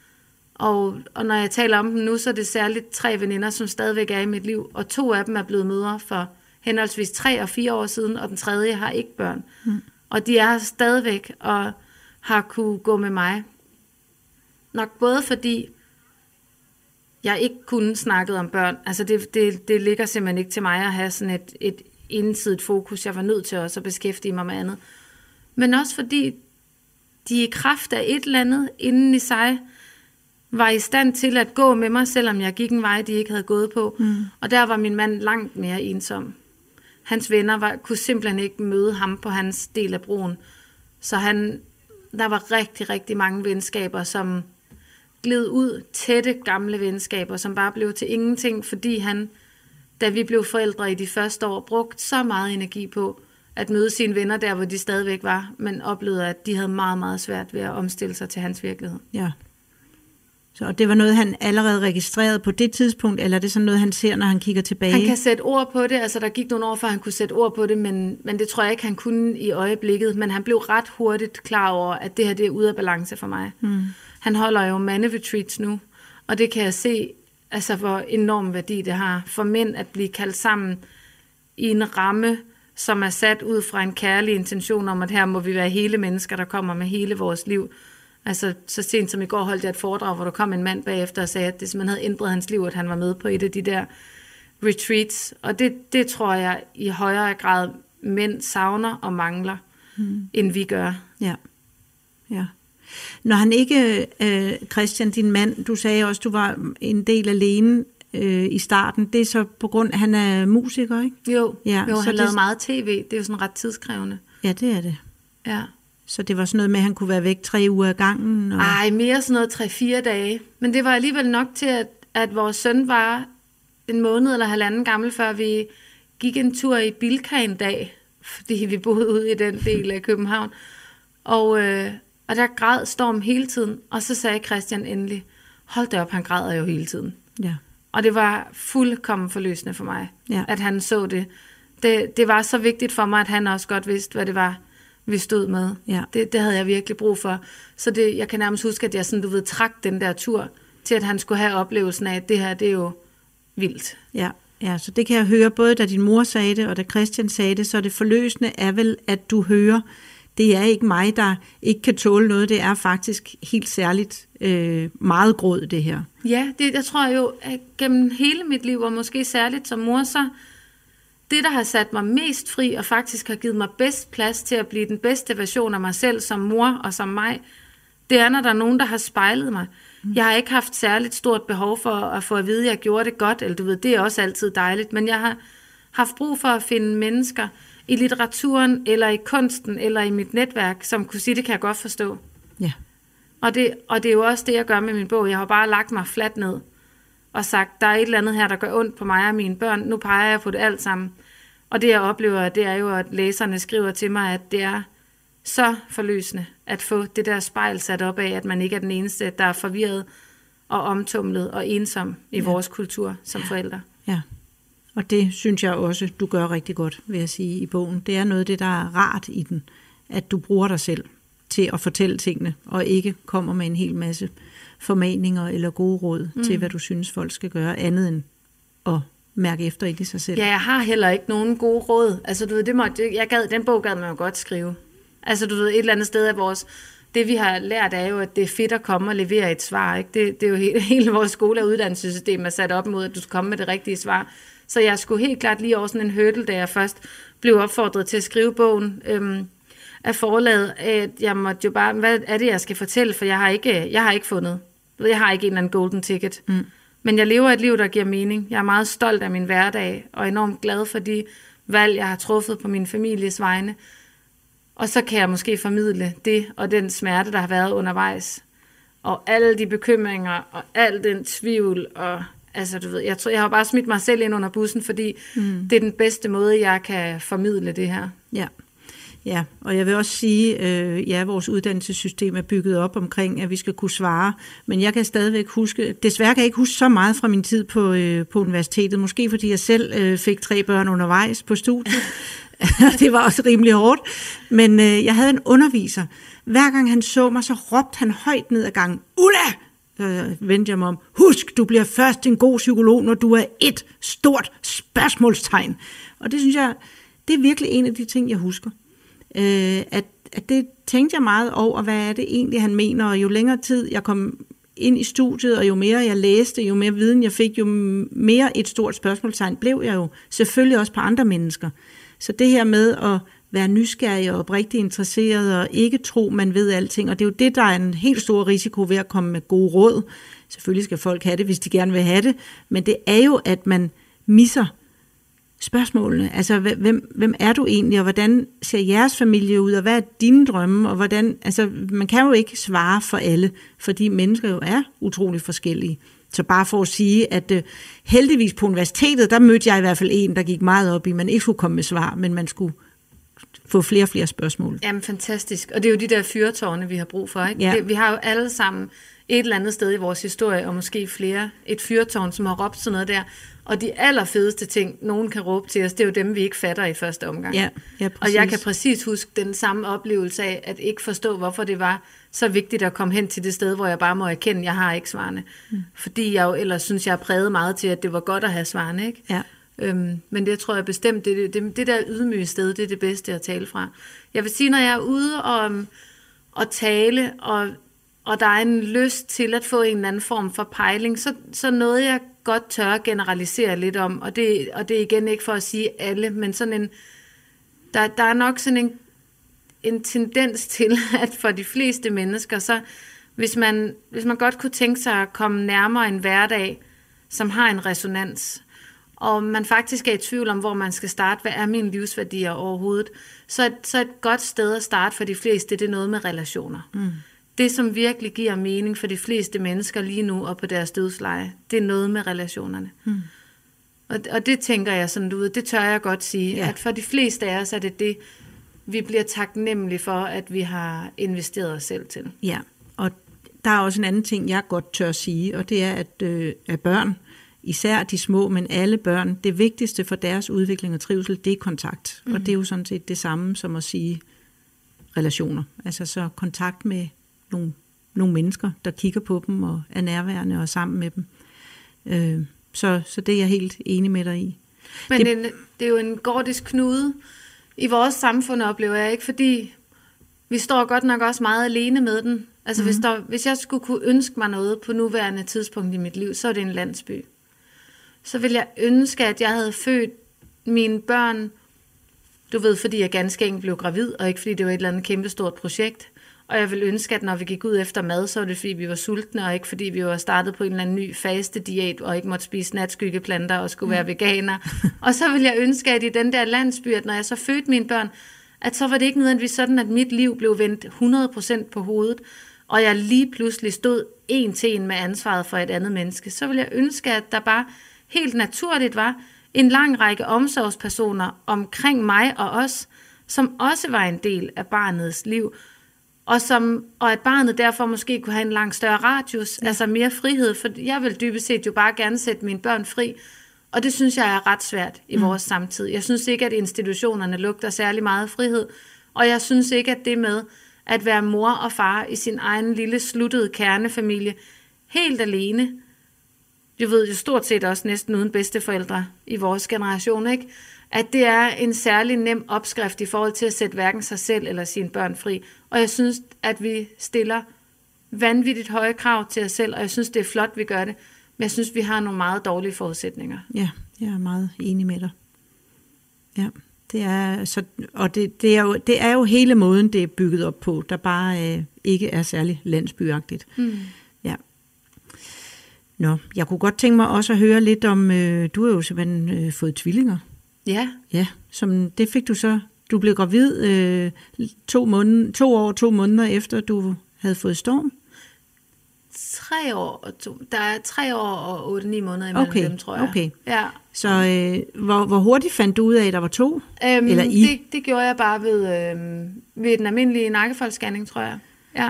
Og, og når jeg taler om dem nu, så er det særligt tre veninder, som stadigvæk er i mit liv, og to af dem er blevet mødre for henholdsvis tre og fire år siden, og den tredje har ikke børn. Mm. Og de er stadigvæk og har kunne gå med mig. Nok både fordi jeg ikke kunne snakke om børn. Altså det, det, det ligger simpelthen ikke til mig at have sådan et, et ensidigt fokus. Jeg var nødt til også at beskæftige mig med andet. Men også fordi de i kraft af et eller andet inden i sig var i stand til at gå med mig, selvom jeg gik en vej, de ikke havde gået på. Mm. Og der var min mand langt mere ensom. Hans venner var, kunne simpelthen ikke møde ham på hans del af broen. Så han, der var rigtig, rigtig mange venskaber, som gled ud, tætte gamle venskaber, som bare blev til ingenting, fordi han, da vi blev forældre i de første år, brugte så meget energi på at møde sine venner der, hvor de stadigvæk var, men oplevede, at de havde meget, meget svært ved at omstille sig til hans virkelighed.
Ja. Så det var noget, han allerede registrerede på det tidspunkt, eller er det sådan noget, han ser, når han kigger tilbage?
Han kan sætte ord på det, altså der gik nogle år, før han kunne sætte ord på det, men, men det tror jeg ikke, han kunne i øjeblikket, men han blev ret hurtigt klar over, at det her det er ude af balance for mig. Mm. Han holder jo manderetreats nu, og det kan jeg se, altså hvor enorm værdi det har for mænd at blive kaldt sammen i en ramme, som er sat ud fra en kærlig intention om, at her må vi være hele mennesker, der kommer med hele vores liv. Altså så sent som i går holdt jeg et foredrag, hvor der kom en mand bagefter og sagde, at det simpelthen havde ændret hans liv, at han var med på et af de der retreats. Og det, det tror jeg i højere grad mænd savner og mangler, hmm. end vi gør.
Ja, ja. Når han ikke, øh, Christian, din mand, du sagde også, du var en del alene øh, i starten, det er så på grund af, at han er musiker, ikke?
Jo,
ja,
jo
så
han lavede
det...
meget tv, det er jo sådan ret tidskrævende.
Ja, det er det.
Ja.
Så det var sådan noget med, at han kunne være væk tre uger ad gangen? Og...
Ej, mere sådan noget tre-fire dage. Men det var alligevel nok til, at, at vores søn var en måned eller halvanden gammel, før vi gik en tur i Bilka en dag, fordi vi boede ude i den del af København. Og, øh, og der græd Storm hele tiden, og så sagde Christian endelig, hold da op, han græder jo hele tiden.
Ja.
Og det var fuldkommen forløsende for mig,
ja.
at han så det. det. Det var så vigtigt for mig, at han også godt vidste, hvad det var, vi stod med.
Ja.
Det, det havde jeg virkelig brug for. Så det, jeg kan nærmest huske, at jeg sådan, du ved, trak den der tur, til at han skulle have oplevelsen af, at det her, det er jo vildt.
Ja, ja, så det kan jeg høre, både da din mor sagde det, og da Christian sagde det, så det forløsende er vel, at du hører, det er ikke mig, der ikke kan tåle noget, det er faktisk helt særligt øh, meget gråd, det her.
Ja, det, jeg tror jo, at gennem hele mit liv, og måske særligt som mor, så det, der har sat mig mest fri, og faktisk har givet mig bedst plads til at blive den bedste version af mig selv som mor og som mig, det er, når der er nogen, der har spejlet mig. Mm. Jeg har ikke haft særligt stort behov for at få at vide, at jeg gjorde det godt, eller du ved, det er også altid dejligt, men jeg har haft brug for at finde mennesker i litteraturen, eller i kunsten, eller i mit netværk, som kunne sige, det kan jeg godt forstå.
Ja.
Og det, og det er jo også det, jeg gør med min bog. Jeg har bare lagt mig fladt ned og sagt, der er et eller andet her, der gør ondt på mig og mine børn. Nu peger jeg på det alt sammen. Og det, jeg oplever, det er jo, at læserne skriver til mig, at det er så forløsende at få det der spejl sat op af, at man ikke er den eneste, der er forvirret og omtumlet og ensom i ja. vores kultur som forældre.
Ja, og det synes jeg også, du gør rigtig godt, vil jeg sige, i bogen. Det er noget af det, der er rart i den, at du bruger dig selv til at fortælle tingene, og ikke kommer med en hel masse formaninger eller gode råd mm. til, hvad du synes, folk skal gøre, andet end at mærke efter i sig selv.
Ja, jeg har heller ikke nogen gode råd. Altså, du ved, det måtte, jeg gad, den bog gad man jo godt skrive. Altså, du ved, et eller andet sted af vores... Det, vi har lært, er jo, at det er fedt at komme og levere et svar. Ikke? Det, det er jo hele, hele vores skole- og uddannelsessystem er sat op mod, at du skal komme med det rigtige svar. Så jeg skulle helt klart lige over sådan en hurdle, da jeg først blev opfordret til at skrive bogen øhm, af forlaget, at jeg måtte jo bare... Hvad er det, jeg skal fortælle? For jeg har ikke, jeg har ikke fundet... Jeg har ikke en eller anden golden ticket. Mm. Men jeg lever et liv, der giver mening. Jeg er meget stolt af min hverdag, og enormt glad for de valg, jeg har truffet på min families vegne. Og så kan jeg måske formidle det, og den smerte, der har været undervejs. Og alle de bekymringer, og al den tvivl, og altså, du ved, jeg, tror, jeg har bare smidt mig selv ind under bussen, fordi mm. det er den bedste måde, jeg kan formidle det her.
Ja. Ja, og jeg vil også sige, øh, ja, vores uddannelsessystem er bygget op omkring, at vi skal kunne svare, men jeg kan stadigvæk huske, desværre kan jeg ikke huske så meget fra min tid på, øh, på universitetet, måske fordi jeg selv øh, fik tre børn undervejs på studiet. Det var også rimelig hårdt, men øh, jeg havde en underviser. Hver gang han så mig, så råbte han højt ned ad gangen, Ulla! Så vendte jeg mig om, husk, du bliver først en god psykolog, når du er et stort spørgsmålstegn. Og det synes jeg, det er virkelig en af de ting, jeg husker. Øh, at, at det tænkte jeg meget over, hvad er det egentlig, han mener, og jo længere tid jeg kom ind i studiet, og jo mere jeg læste, jo mere viden jeg fik, jo mere et stort spørgsmålstegn blev jeg jo selvfølgelig også på andre mennesker. Så det her med at være nysgerrig og oprigtigt interesseret, og ikke tro, man ved alting, og det er jo det, der er en helt stor risiko ved at komme med gode råd. Selvfølgelig skal folk have det, hvis de gerne vil have det, men det er jo, at man misser spørgsmålene. Altså, hvem, hvem er du egentlig, og hvordan ser jeres familie ud, og hvad er dine drømme, og hvordan, altså, man kan jo ikke svare for alle, fordi mennesker jo er utrolig forskellige. Så bare for at sige, at uh, heldigvis på universitetet, der mødte jeg i hvert fald en, der gik meget op i, man ikke skulle komme med svar, men man skulle få flere og flere spørgsmål.
Jamen, fantastisk. Og det er jo de der fyrtårne, vi har brug for, ikke?
Ja.
Det, vi har jo alle sammen et eller andet sted i vores historie, og måske flere, et fyrtårn, som har råbt sådan noget der. Og de allerfedeste ting, nogen kan råbe til os, det er jo dem, vi ikke fatter i første omgang.
Ja, ja,
og jeg kan præcis huske den samme oplevelse af, at ikke forstå, hvorfor det var så vigtigt at komme hen til det sted, hvor jeg bare må erkende, at jeg har ikke svarene. Mm. Fordi jeg jo ellers synes, jeg har præget meget til, at det var godt at have svarene. Ikke?
Ja.
Øhm, men det tror jeg bestemt, det, det, det der ydmyge sted, det er det bedste at tale fra. Jeg vil sige, når jeg er ude og, og tale, og, og der er en lyst til at få en eller anden form for pejling, så, så noget jeg godt tør generalisere lidt om, og det, og det er igen ikke for at sige alle, men sådan en, der, der er nok sådan en, en tendens til, at for de fleste mennesker, så hvis man, hvis man godt kunne tænke sig at komme nærmere en hverdag, som har en resonans, og man faktisk er i tvivl om, hvor man skal starte, hvad er mine livsværdier overhovedet, så, så et godt sted at starte for de fleste, det er noget med relationer. Mm. Det, som virkelig giver mening for de fleste mennesker lige nu og på deres dødsleje, det er noget med relationerne. Mm. Og, og det tænker jeg sådan ud, det tør jeg godt sige, ja. At for de fleste af os er det det, vi bliver taknemmelige for, at vi har investeret os selv til.
Ja, og der er også en anden ting, jeg godt tør sige, og det er, at, øh, at børn, især de små, men alle børn, det vigtigste for deres udvikling og trivsel, det er kontakt. Mm. Og det er jo sådan set det samme som at sige relationer. Altså så kontakt med nogle, nogle mennesker, der kigger på dem og er nærværende og sammen med dem. Øh, så, så det er jeg helt enig med dig i.
Men
det,
en, det er jo en gordisk knude i vores samfund, oplever jeg ikke, fordi vi står godt nok også meget alene med den. Altså mm. hvis, der, hvis jeg skulle kunne ønske mig noget på nuværende tidspunkt i mit liv, så er det en landsby. Så ville jeg ønske, at jeg havde født mine børn, du ved, fordi jeg ganske enkelt blev gravid, og ikke fordi det var et eller andet kæmpestort projekt. Og jeg ville ønske, at når vi gik ud efter mad, så var det fordi vi var sultne, og ikke fordi vi var startet på en eller anden ny faste diæt, og ikke måtte spise natskyggeblanter og skulle være veganer. Og så ville jeg ønske, at i den der landsby, at når jeg så fødte mine børn, at så var det ikke nødvendigvis sådan, at mit liv blev vendt hundrede procent på hovedet, og jeg lige pludselig stod en til en med ansvaret for et andet menneske. Så ville jeg ønske, at der bare helt naturligt var en lang række omsorgspersoner omkring mig og os, som også var en del af barnets liv, og, som, og at barnet derfor måske kunne have en langt større radius, ja. Altså mere frihed, for jeg vil dybest set jo bare gerne sætte mine børn fri, og det synes jeg er ret svært i mm. vores samtid. Jeg synes ikke, at institutionerne lugter særlig meget frihed, og jeg synes ikke, at det med at være mor og far i sin egen lille sluttede kernefamilie, helt alene, du ved jo stort set også næsten uden bedsteforældre i vores generation, ikke? At det er en særlig nem opskrift i forhold til at sætte hverken sig selv eller sine børn fri. Og jeg synes, at vi stiller vanvittigt høje krav til os selv, og jeg synes, det er flot, vi gør det. Men jeg synes, vi har nogle meget dårlige forudsætninger.
Ja, jeg er meget enig med dig. Ja, det er, så, og det, det, er jo, det er jo hele måden, det er bygget op på, der bare øh, ikke er særlig landsbyagtigt. Mm. Ja. Nå, jeg kunne godt tænke mig også at høre lidt om, øh, du har jo simpelthen øh, fået tvillinger.
Ja.
Ja, som det fik du så, du blev gravid øh, to, måneder, to år, to måneder efter, du havde fået Storm.
Tre år, og to, der er tre år og otte, ni måneder imellem
okay,
dem, tror jeg.
Okay,
ja.
Så øh, hvor, hvor hurtigt fandt du ud af, at der var to?
Øhm,
Eller I?
Det, det gjorde jeg bare ved, øh, ved den almindelige nakkefoldsscanning, tror jeg. Ja.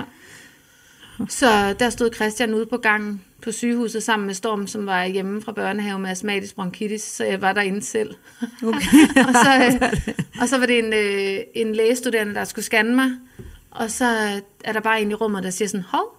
Så der stod Christian ude på gangen på sygehuset sammen med Storm, som var hjemme fra børnehave med astmatisk bronkitis, så jeg var derinde selv. Okay. og, så, øh, og så var det en, øh, en lægestuderende, der skulle scanne mig, og så er der bare en i rummet, der siger sådan, hov.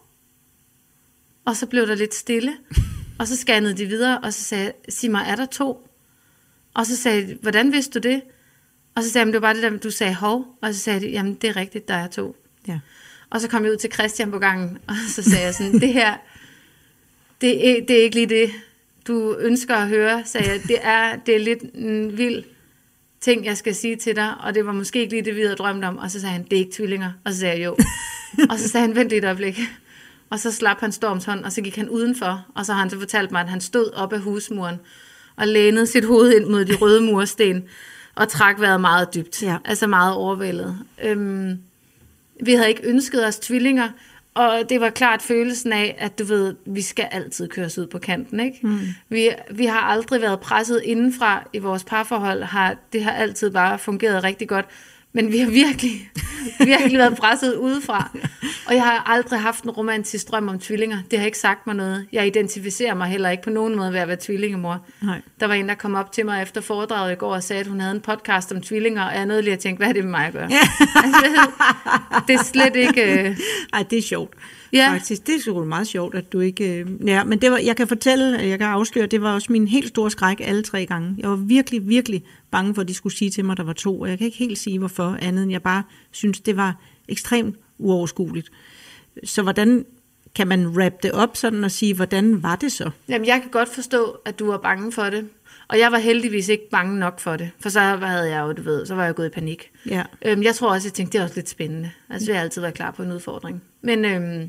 Og så blev der lidt stille, og så scannede de videre, og så sagde jeg, sig mig, er der to? Og så sagde de, hvordan vidste du det? Og så sagde jeg, det var bare det der, du sagde hov, og så sagde de, jamen det er rigtigt, der er to.
Ja. Og
så kom jeg ud til Christian på gangen, og så sagde jeg sådan, det her, det er, det er ikke lige det, du ønsker at høre, sagde jeg. Det er, det er lidt en vild ting, jeg skal sige til dig, og det var måske ikke lige det, vi havde drømt om. Og så sagde han, det er ikke tvillinger. Og så sagde jeg, jo. Og så sagde han, vent lige et øjeblik. Og så slap han Storms hånd, og så gik han udenfor, og så har han så fortalt mig, at han stod op ad husmuren, og lænede sit hoved ind mod de røde mursten, og trak vejret meget dybt, ja. Altså meget overvældet. Øhm, vi havde ikke ønsket os tvillinger, og det var klart følelsen af, at du ved, vi skal altid køres ud på kanten, ikke? Mm. Vi, vi har aldrig været presset indenfra i vores parforhold, har, det har altid bare fungeret rigtig godt, Men vi har virkelig, virkelig været presset udefra. Og jeg har aldrig haft en romantisk drøm om tvillinger. Det har ikke sagt mig noget. Jeg identificerer mig heller ikke på nogen måde ved at være tvillingemor.
Nej.
Der var en, der kom op til mig efter foredraget i går og sagde, at hun havde en podcast om tvillinger, og jeg nåede lige at tænke, hvad er det med mig at gøre? altså, det er slet ikke... Øh...
Ej, det er sjovt.
Ja.
Faktisk, det er sgu meget sjovt, at du ikke... Øh... Ja, men det var, jeg kan fortælle, jeg kan afsløre, det var også min helt store skræk alle tre gange. Jeg var virkelig, virkelig bange for, at de skulle sige til mig, at der var to, og jeg kan ikke helt sige, hvorfor, andet end jeg bare synes, det var ekstremt uoverskueligt. Så hvordan kan man wrap det op sådan og sige, hvordan var det så?
Jamen, jeg kan godt forstå, at du var bange for det. Og jeg var heldigvis ikke bange nok for det. For så havde jeg jo, du ved, så var jeg gået i panik.
Ja.
Øhm, jeg tror også, jeg tænkte, det er også lidt spændende. Altså, jeg har altid været klar på en udfordring. Men øhm,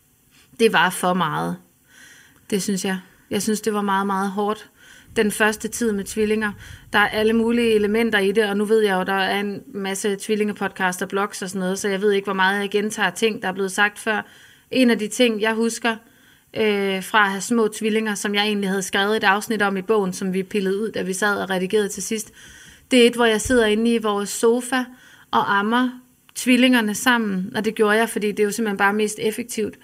det var for meget. Det synes jeg. Jeg synes, det var meget, meget hårdt. Den første tid med tvillinger. Der er alle mulige elementer i det, og nu ved jeg jo, der er en masse tvillingepodcast og blogs og sådan noget, så jeg ved ikke, hvor meget jeg gentager ting, der er blevet sagt før. En af de ting, jeg husker øh, fra at have små tvillinger, som jeg egentlig havde skrevet et afsnit om i bogen, som vi pillede ud, da vi sad og redigerede til sidst, det er et, hvor jeg sidder inde i vores sofa og ammer tvillingerne sammen, og det gjorde jeg, fordi det er jo simpelthen bare mest effektivt.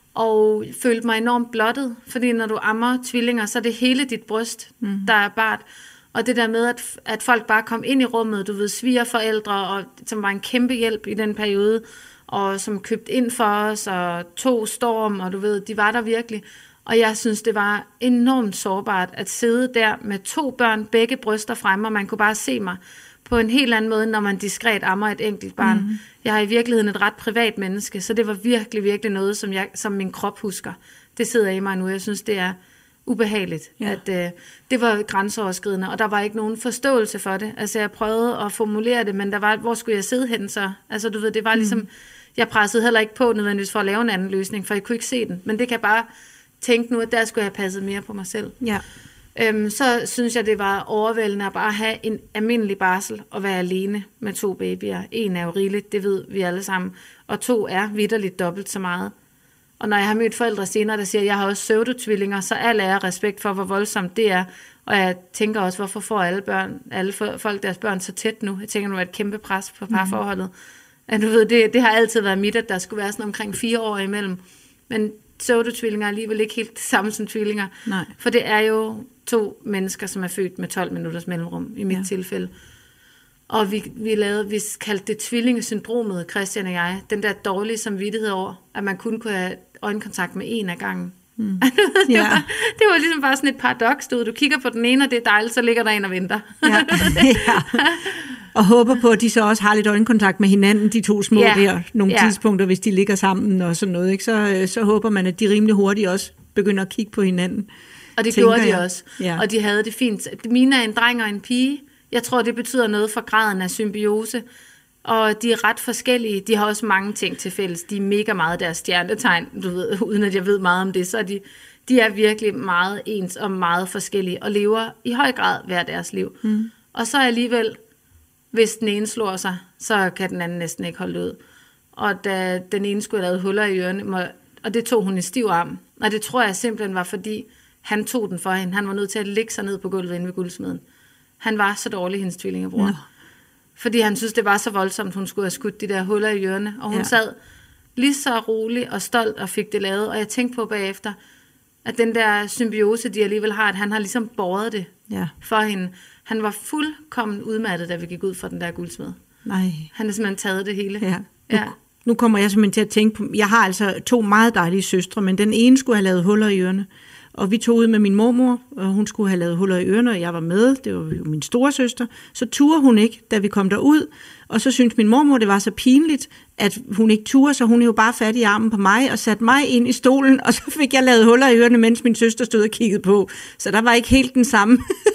Og følte mig enormt blottet, fordi når du ammer tvillinger, så er det hele dit bryst, mm. der er bart. Og det der med, at, at folk bare kom ind i rummet, du ved, svigerforældre, og, som var en kæmpe hjælp i den periode, og som købte ind for os, og tog storm, og du ved, de var der virkelig. Og jeg synes, det var enormt sårbart at sidde der med to børn, begge bryster fremme, og man kunne bare se mig på en helt anden måde, når man diskret ammer et enkelt barn. Mm. Jeg har i virkeligheden et ret privat menneske, så det var virkelig, virkelig noget, som, jeg, som min krop husker. Det sidder i mig nu. Jeg synes, det er ubehageligt, ja. at øh, det var grænseoverskridende, og der var ikke nogen forståelse for det. Altså, jeg prøvede at formulere det, men der var, hvor skulle jeg sidde hen så? Altså, du ved, det var ligesom, mm. jeg pressede heller ikke på nødvendigvis for at lave en anden løsning, for jeg kunne ikke se den. Men det kan jeg bare tænke nu, at der skulle jeg have passet mere på mig selv.
Ja.
Øhm, så synes jeg, det var overvældende at bare have en almindelig barsel og være alene med to babyer. En er jo rigeligt, det ved vi alle sammen, og to er vitterligt dobbelt så meget. Og når jeg har mødt forældre senere, der siger, at jeg har også pseudotvillinger, så al ære respekt for, hvor voldsomt det er. Og jeg tænker også, hvorfor får alle børn, alle folk deres børn så tæt nu? Jeg tænker, nu er et kæmpe pres på parforholdet. Mm. At du ved, det, det har altid været mit, at der skulle være sådan omkring fire år imellem. Men pseudotvillinger er alligevel ikke helt det samme som tvillinger.
Nej.
For det er jo to mennesker, som er født med tolv minutters mellemrum, i mit ja. tilfælde. Og vi, vi, lavede, vi kaldte det tvillingesyndromet, Christian og jeg. Den der dårlige samvittighed over, at man kun kunne have øjenkontakt med en af gangen. Mm. det,
ja.
var, det var ligesom bare sådan et paradoks. Du, du kigger på den ene, og det er dejligt, så ligger der en og venter.
ja. ja. Og håber på, at de så også har lidt øjenkontakt med hinanden, de to små ja. der, nogle ja. tidspunkter, hvis de ligger sammen og sådan noget. Ikke? Så, så håber man, at de rimelig hurtigt også begynder at kigge på hinanden.
Og det gjorde de jeg. også.
Ja.
Og de havde det fint. Mine er en dreng og en pige. Jeg tror, det betyder noget for graden af symbiose. Og de er ret forskellige. De har også mange ting til fælles. De er mega meget deres stjernetegn, du ved, uden at jeg ved meget om det. Så de, de er virkelig meget ens og meget forskellige, og lever i høj grad hver deres liv. Mm. Og så alligevel, hvis den ene slår sig, så kan den anden næsten ikke holde ud. Og da den ene skulle have lavet huller i ørerne, og det tog hun i stiv arm. Og det tror jeg simpelthen var, fordi han tog den for hende. Han var nødt til at lægge sig ned på gulvet inde ved guldsmeden. Han var så dårlig, hendes tvillingebror. No. Fordi han synes, det var så voldsomt, hun skulle have skudt de der huller i ørerne. Og hun ja. sad lige så rolig og stolt og fik det lavet. Og jeg tænkte på bagefter, at den der symbiose, de alligevel har, at han har ligesom båret det
ja.
for hende. Han var fuldkommen udmattet, da vi gik ud fra den der guldsmed.
Nej.
Han har simpelthen taget det hele.
Ja. Ja. Nu kommer jeg simpelthen til at tænke på, jeg har altså to meget dejlige søstre, men den ene skulle have lavet huller i ørerne. Og vi tog ud med min mormor, og hun skulle have lavet huller i ørerne, og jeg var med. Det var jo min store søster. Så turde hun ikke, da vi kom derud. Og så syntes min mormor, det var så pinligt, at hun ikke turde, så hun er jo bare fat i armen på mig og satte mig ind i stolen, og så fik jeg lavet huller i ørerne, mens min søster stod og kiggede på. Så der var ikke helt den samme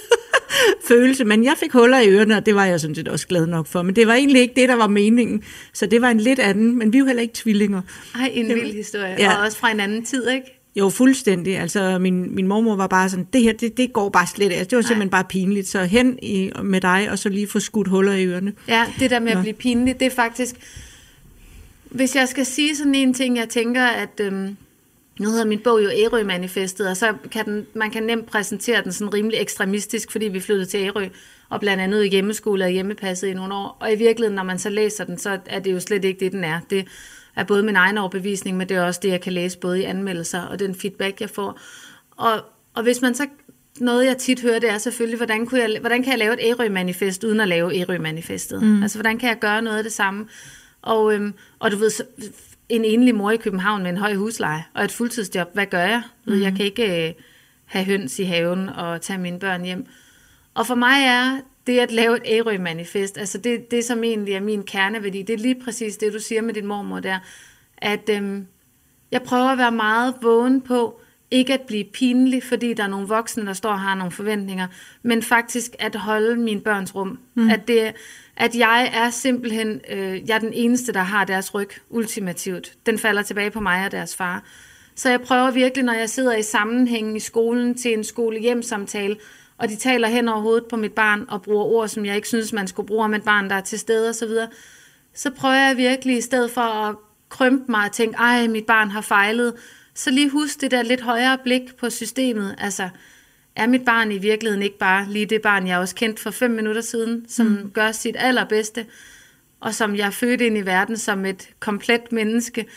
følelse, men jeg fik huller i ørerne, og det var jeg sådan set også glad nok for. Men det var egentlig ikke det, der var meningen. Så det var en lidt anden, men vi er jo heller ikke tvillinger.
Ej, en vild historie. Ja. Og også fra en anden tid, ikke?
Jo, fuldstændig. Altså, min, min mormor var bare sådan, det her, det, det går bare slet af. Det var Nej. simpelthen bare pinligt. Så hen i, med dig, og så lige få skudt huller i ørerne.
Ja, det der med Nå. at blive pinligt, det er faktisk... Hvis jeg skal sige sådan en ting, jeg tænker, at øhm, Nu hedder min bog jo Ærø-manifestet, og så kan den, man kan nemt præsentere den sådan rimelig ekstremistisk, fordi vi flyttede til Ærø, og blandt andet i hjemmeskole og hjemmepasset i nogle år. Og i virkeligheden, når man så læser den, så er det jo slet ikke det, den er. Det er både min egen overbevisning, men det er også det, jeg kan læse både i anmeldelser og den feedback, jeg får. Og, og hvis man så... Noget, jeg tit hører, det er selvfølgelig, hvordan, kunne jeg, hvordan kan jeg lave et Ærø-manifest, uden at lave Ærø-manifestet? Mm. Altså, hvordan kan jeg gøre noget af det samme? Og, øhm, og du ved, så, en enlig mor i København med en høj husleje og et fuldtidsjob, hvad gør jeg? Mm. Jeg kan ikke øh, have høns i haven og tage mine børn hjem. Og for mig er det at lave et Ærø-manifest, altså det, det som egentlig er min kerneværdi, det er lige præcis det, du siger med din mormor der, at øhm, jeg prøver at være meget vågen på, ikke at blive pinlig, fordi der er nogle voksne, der står og har nogle forventninger, men faktisk at holde mine børns rum. Mm. At, det, at jeg er simpelthen, øh, jeg er den eneste, der har deres ryg, ultimativt. Den falder tilbage på mig og deres far. Så jeg prøver virkelig, når jeg sidder i sammenhængen i skolen til en skole-hjem-samtale, og de taler hen over hovedet på mit barn og bruger ord, som jeg ikke synes, man skulle bruge om et barn, der er til stede osv., så, så prøver jeg virkelig, i stedet for at krympe mig og tænke, ej, mit barn har fejlet, så lige husk det der lidt højere blik på systemet. Altså, er mit barn i virkeligheden ikke bare lige det barn, jeg også kendte for fem minutter siden, som mm. gør sit allerbedste, og som jeg fødte ind i verden som et komplet menneske.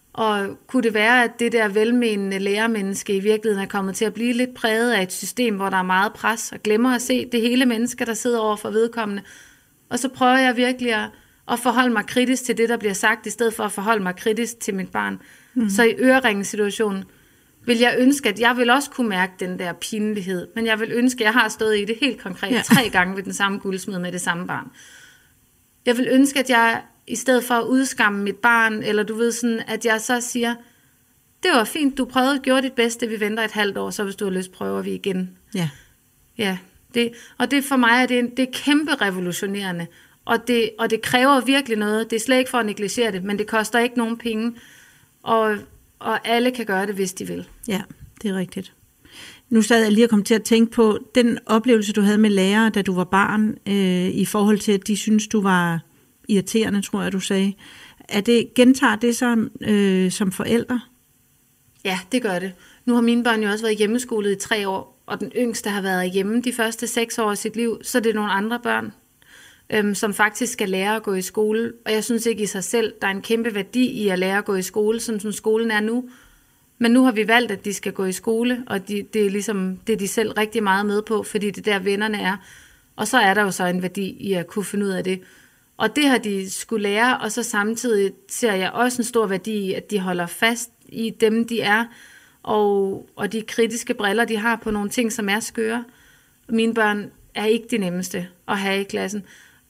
Og kunne det være, at det der velmenende lærermenneske i virkeligheden er kommet til at blive lidt præget af et system, hvor der er meget pres, og glemmer at se det hele menneske, der sidder over for vedkommende. Og så prøver jeg virkelig at, at forholde mig kritisk til det, der bliver sagt, i stedet for at forholde mig kritisk til mit barn. Mm. Så i øreringesituationen vil jeg ønske, at jeg vil også kunne mærke den der pinlighed, men jeg vil ønske, at jeg har stået i det helt konkret ja. tre gange ved den samme guldsmed med det samme barn. Jeg vil ønske, at jeg i stedet for at udskamme mit barn, eller du ved sådan, at jeg så siger, det var fint, du prøvede, gjorde dit bedste, vi venter et halvt år, så hvis du har lyst, prøver vi igen.
Ja.
Ja, det, og det for mig er det, det er kæmpe revolutionerende, og det, og det kræver virkelig noget. Det er slet ikke for at negligere det, men det koster ikke nogen penge, og, og alle kan gøre det, hvis de vil.
Ja, det er rigtigt. Nu sad jeg lige og kom til at tænke på den oplevelse, du havde med lærere, da du var barn, øh, i forhold til, at de synes du var irriterende, tror jeg, du sagde. Er det, gentager det som, øh, som forældre?
Ja, det gør det. Nu har mine børn jo også været hjemmeskolet i tre år, og den yngste har været hjemme de første seks år af sit liv, så det er nogle andre børn, øhm, som faktisk skal lære at gå i skole. Og jeg synes ikke i sig selv, der er en kæmpe værdi i at lære at gå i skole, sådan som skolen er nu. Men nu har vi valgt, at de skal gå i skole, og de, det er ligesom det er de selv rigtig meget med på, fordi det der vennerne er. Og så er der jo så en værdi i at kunne finde ud af det. Og det har de skulle lære, og så samtidig ser jeg også en stor værdi i, at de holder fast i dem, de er, og, og de kritiske briller, de har på nogle ting, som er skøre. Mine børn er ikke de nemmeste at have i klassen.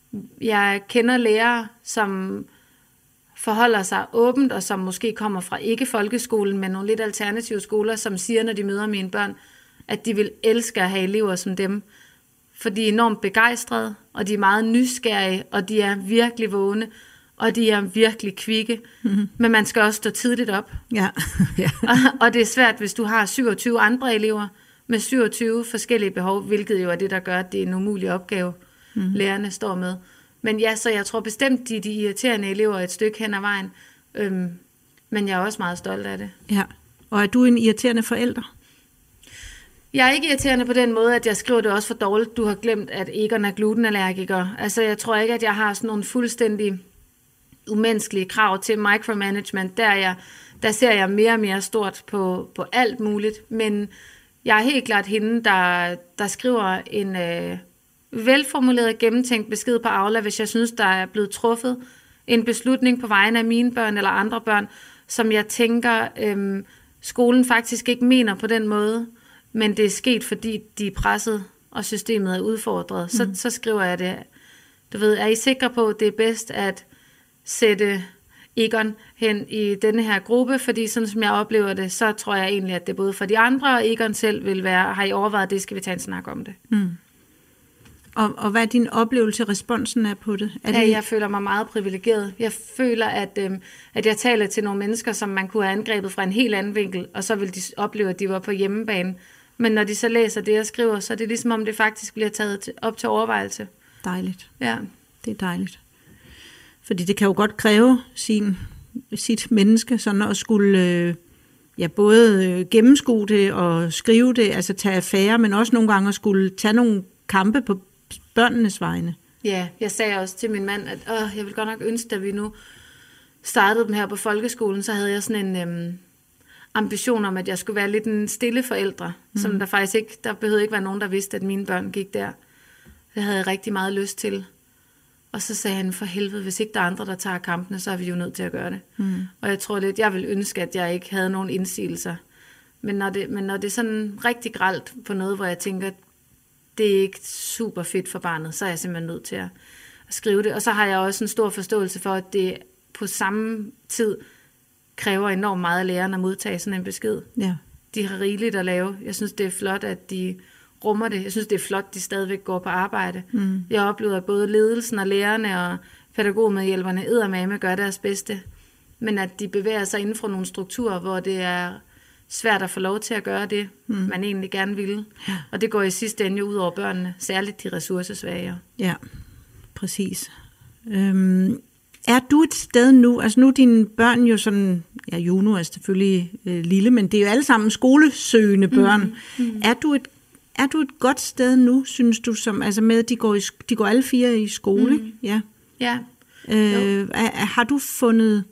Jeg kender lærere, som forholder sig åbent, og som måske kommer fra ikke-folkeskolen, men nogle lidt alternative skoler, som siger, når de møder mine børn, at de vil elske at have elever som dem. For de er enormt begejstrede, og de er meget nysgerrige, og de er virkelig vågne, og de er virkelig kvikke. Mm-hmm. Men man skal også stå tidligt op.
Ja. ja.
og, og det er svært, hvis du har syvogtyve andre elever med syvogtyve forskellige behov, hvilket jo er det, der gør, at det er en umulig opgave, mm-hmm. lærerne står med. Men ja, så jeg tror bestemt, de er de irriterende elever et stykke hen ad vejen. Øhm, men jeg er også meget stolt af det.
Ja, og er du en irriterende forælder?
Jeg er ikke irriterende på den måde, at jeg skriver det også for dårligt. Du har glemt, at Egon er glutenallergiker. Altså, jeg tror ikke, at jeg har sådan nogle fuldstændig umenneskelige krav til micromanagement. Der, jeg, der ser jeg mere og mere stort på, på alt muligt. Men jeg er helt klart hende, der, der skriver en øh, velformuleret, gennemtænkt besked på Aula, hvis jeg synes, der er blevet truffet en beslutning på vegne af mine børn eller andre børn, som jeg tænker, øh, skolen faktisk ikke mener på den måde. Men det er sket, fordi de er presset, og systemet er udfordret. Mm. Så, så skriver jeg det. Du ved, er I sikre på, at det er bedst at sætte Egon hen i denne her gruppe? Fordi sådan som jeg oplever det, så tror jeg egentlig, at det både for de andre og Egon selv vil være, har I overvejet det, skal vi tage en snak om det.
Mm. Og, og hvad er din oplevelse, responsen er på det? Er det...
Ja, jeg føler mig meget privilegeret. Jeg føler, at, øhm, at jeg taler til nogle mennesker, som man kunne have angrebet fra en helt anden vinkel, og så vil de opleve, at de var på hjemmebane. Men når de så læser det, jeg skriver, så er det ligesom, om det faktisk bliver taget til, op til overvejelse.
Dejligt.
Ja.
Det er dejligt. Fordi det kan jo godt kræve sin, sit menneske, sådan at skulle, øh, ja, både gennemskue det og skrive det, altså tage affære, men også nogle gange at skulle tage nogle kampe på børnenes vegne.
Ja, jeg sagde også til min mand, at åh, jeg vil godt nok ønske, at vi nu startede dem her på folkeskolen, så havde jeg sådan en øhm, ambition om, at jeg skulle være lidt en stille forældre, mm. som der faktisk ikke, der behøvede ikke være nogen, der vidste, at mine børn gik der. Det havde jeg rigtig meget lyst til. Og så sagde han, for helvede, hvis ikke der er andre, der tager kampene, så er vi jo nødt til at gøre det. Mm. Og jeg tror lidt, jeg vil ønske, at jeg ikke havde nogen indsigelser. Men når det, men når det er sådan rigtig grelt på noget, hvor jeg tænker, det er ikke super fedt for barnet, så er jeg simpelthen nødt til at, at skrive det. Og så har jeg også en stor forståelse for, at det på samme tid kræver enormt meget af lærerne at modtage sådan en besked. Ja. De har rigeligt at lave. Jeg synes, det er flot, at de rummer det. Jeg synes, det er flot, at de stadigvæk går på arbejde. Mm. Jeg oplever, at både ledelsen og lærerne og pædagogmedhjælperne eddermame gør deres bedste, men at de bevæger sig inden for nogle strukturer, hvor det er svært at få lov til at gøre det, mm. man egentlig gerne ville. Ja. Og det går i sidste ende ud over børnene, særligt de ressourcesvage.
Ja, præcis. Øhm, er du et sted nu, altså nu er dine børn jo sådan, ja, Juno er selvfølgelig øh, lille, men det er jo alle sammen skolesøgende børn. Mm. Mm. Er du et Er du et godt sted nu, synes du, som, altså med, at de går, i, de går alle fire i skole? Mm. Ja.
Ja.
Øh, er, har du fundet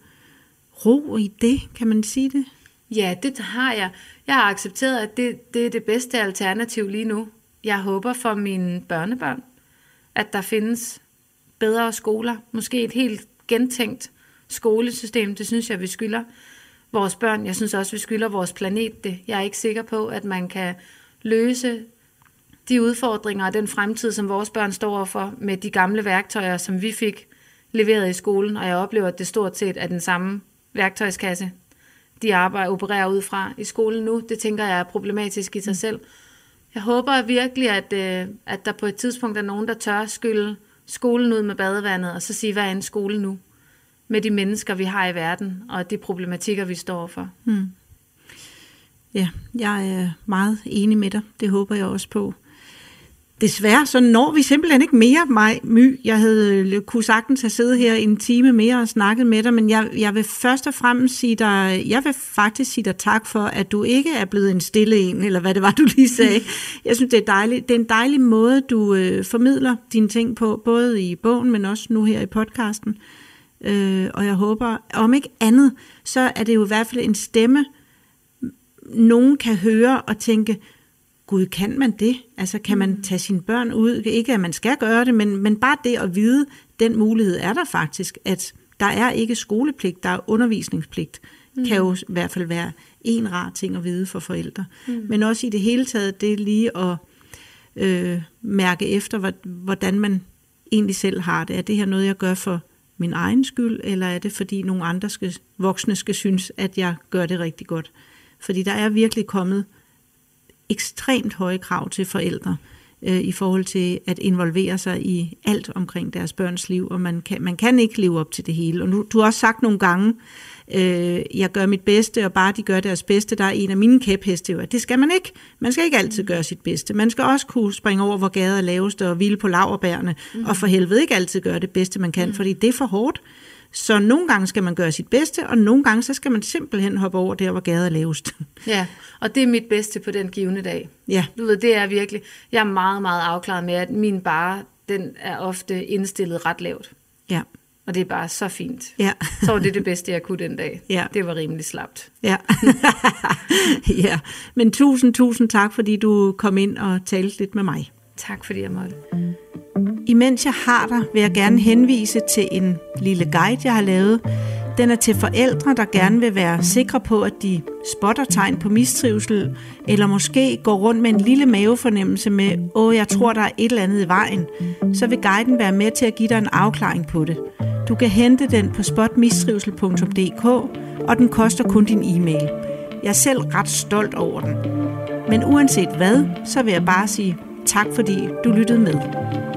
ro i det, kan man sige det?
Ja, det har jeg. Jeg har accepteret, at det, det er det bedste alternativ lige nu. Jeg håber for mine børnebørn, at der findes bedre skoler. Måske et helt gentænkt skolesystem. Det synes jeg, vi skylder vores børn. Jeg synes også, vi skylder vores planet det. Jeg er ikke sikker på, at man kan løse de udfordringer og den fremtid, som vores børn står overfor med de gamle værktøjer, som vi fik leveret i skolen, og jeg oplever, at det stort set er den samme værktøjskasse, de arbejder opererer ud fra i skolen nu. Det tænker jeg er problematisk i sig selv. Jeg håber virkelig, at, at der på et tidspunkt er nogen, der tør skylle skolen ud med badevandet, og så sige, hvad er en skole nu? Med de mennesker, vi har i verden, og de problematikker, vi står overfor. Hmm.
Ja, jeg er meget enig med dig. Det håber jeg også på. Desværre så når vi simpelthen ikke mere, mig, My. Jeg havde kunne sagtens have siddet her en time mere og snakket med dig, men jeg, jeg vil først og fremmest sige dig, jeg vil faktisk sige dig tak for, at du ikke er blevet en stille en, eller hvad det var, du lige sagde. Jeg synes, det er dejligt. Det er en dejlig måde, du øh, formidler dine ting på, både i bogen, men også nu her i podcasten. Øh, og jeg håber, om ikke andet, så er det jo i hvert fald en stemme, nogen kan høre og tænke, Gud, kan man det? Altså, kan man tage sine børn ud? Ikke, at man skal gøre det, men, men bare det at vide, den mulighed er der faktisk, at der er ikke skolepligt, der er undervisningspligt, mm. kan jo i hvert fald være en rar ting at vide for forældre. Mm. Men også i det hele taget, det er lige at øh, mærke efter, hvordan man egentlig selv har det. Er det her noget, jeg gør for min egen skyld, eller er det, fordi nogle andre skal, voksne skal synes, at jeg gør det rigtig godt? Fordi der er virkelig kommet ekstremt høje krav til forældre øh, i forhold til at involvere sig i alt omkring deres børns liv, og man kan, man kan ikke leve op til det hele. Og nu, du har også sagt nogle gange, øh, jeg gør mit bedste, og bare de gør deres bedste. Der er en af mine kæpheste jo, at det skal man ikke. Man skal ikke altid gøre sit bedste. Man skal også kunne springe over, hvor gader er lavest, og hvile på laurbærrene, mm. og for helvede ikke altid gøre det bedste, man kan, mm. fordi det er for hårdt. Så nogle gange skal man gøre sit bedste, og nogle gange så skal man simpelthen hoppe over der, hvor gader er lavest.
Ja, og det er mit bedste på den givne dag. Ja. Du ved, det er virkelig, jeg er meget, meget afklaret med, at min barre, den er ofte indstillet ret lavt. Ja. Og det er bare så fint. Ja. Så var det det bedste, jeg kunne den dag. Ja. Det var rimelig slapt.
Ja. Ja. Men tusind, tusind tak, fordi du kom ind og talte lidt med mig.
Tak, fordi jeg måtte.
Imens jeg har dig, vil jeg gerne henvise til en lille guide, jeg har lavet. Den er til forældre, der gerne vil være sikre på, at de spotter tegn på mistrivsel, eller måske går rundt med en lille mavefornemmelse med, åh, jeg tror, der er et eller andet i vejen. Så vil guiden være med til at give dig en afklaring på det. Du kan hente den på spot mistrivsel punktum d k, og den koster kun din e-mail. Jeg er selv ret stolt over den. Men uanset hvad, så vil jeg bare sige tak, fordi du lyttede med.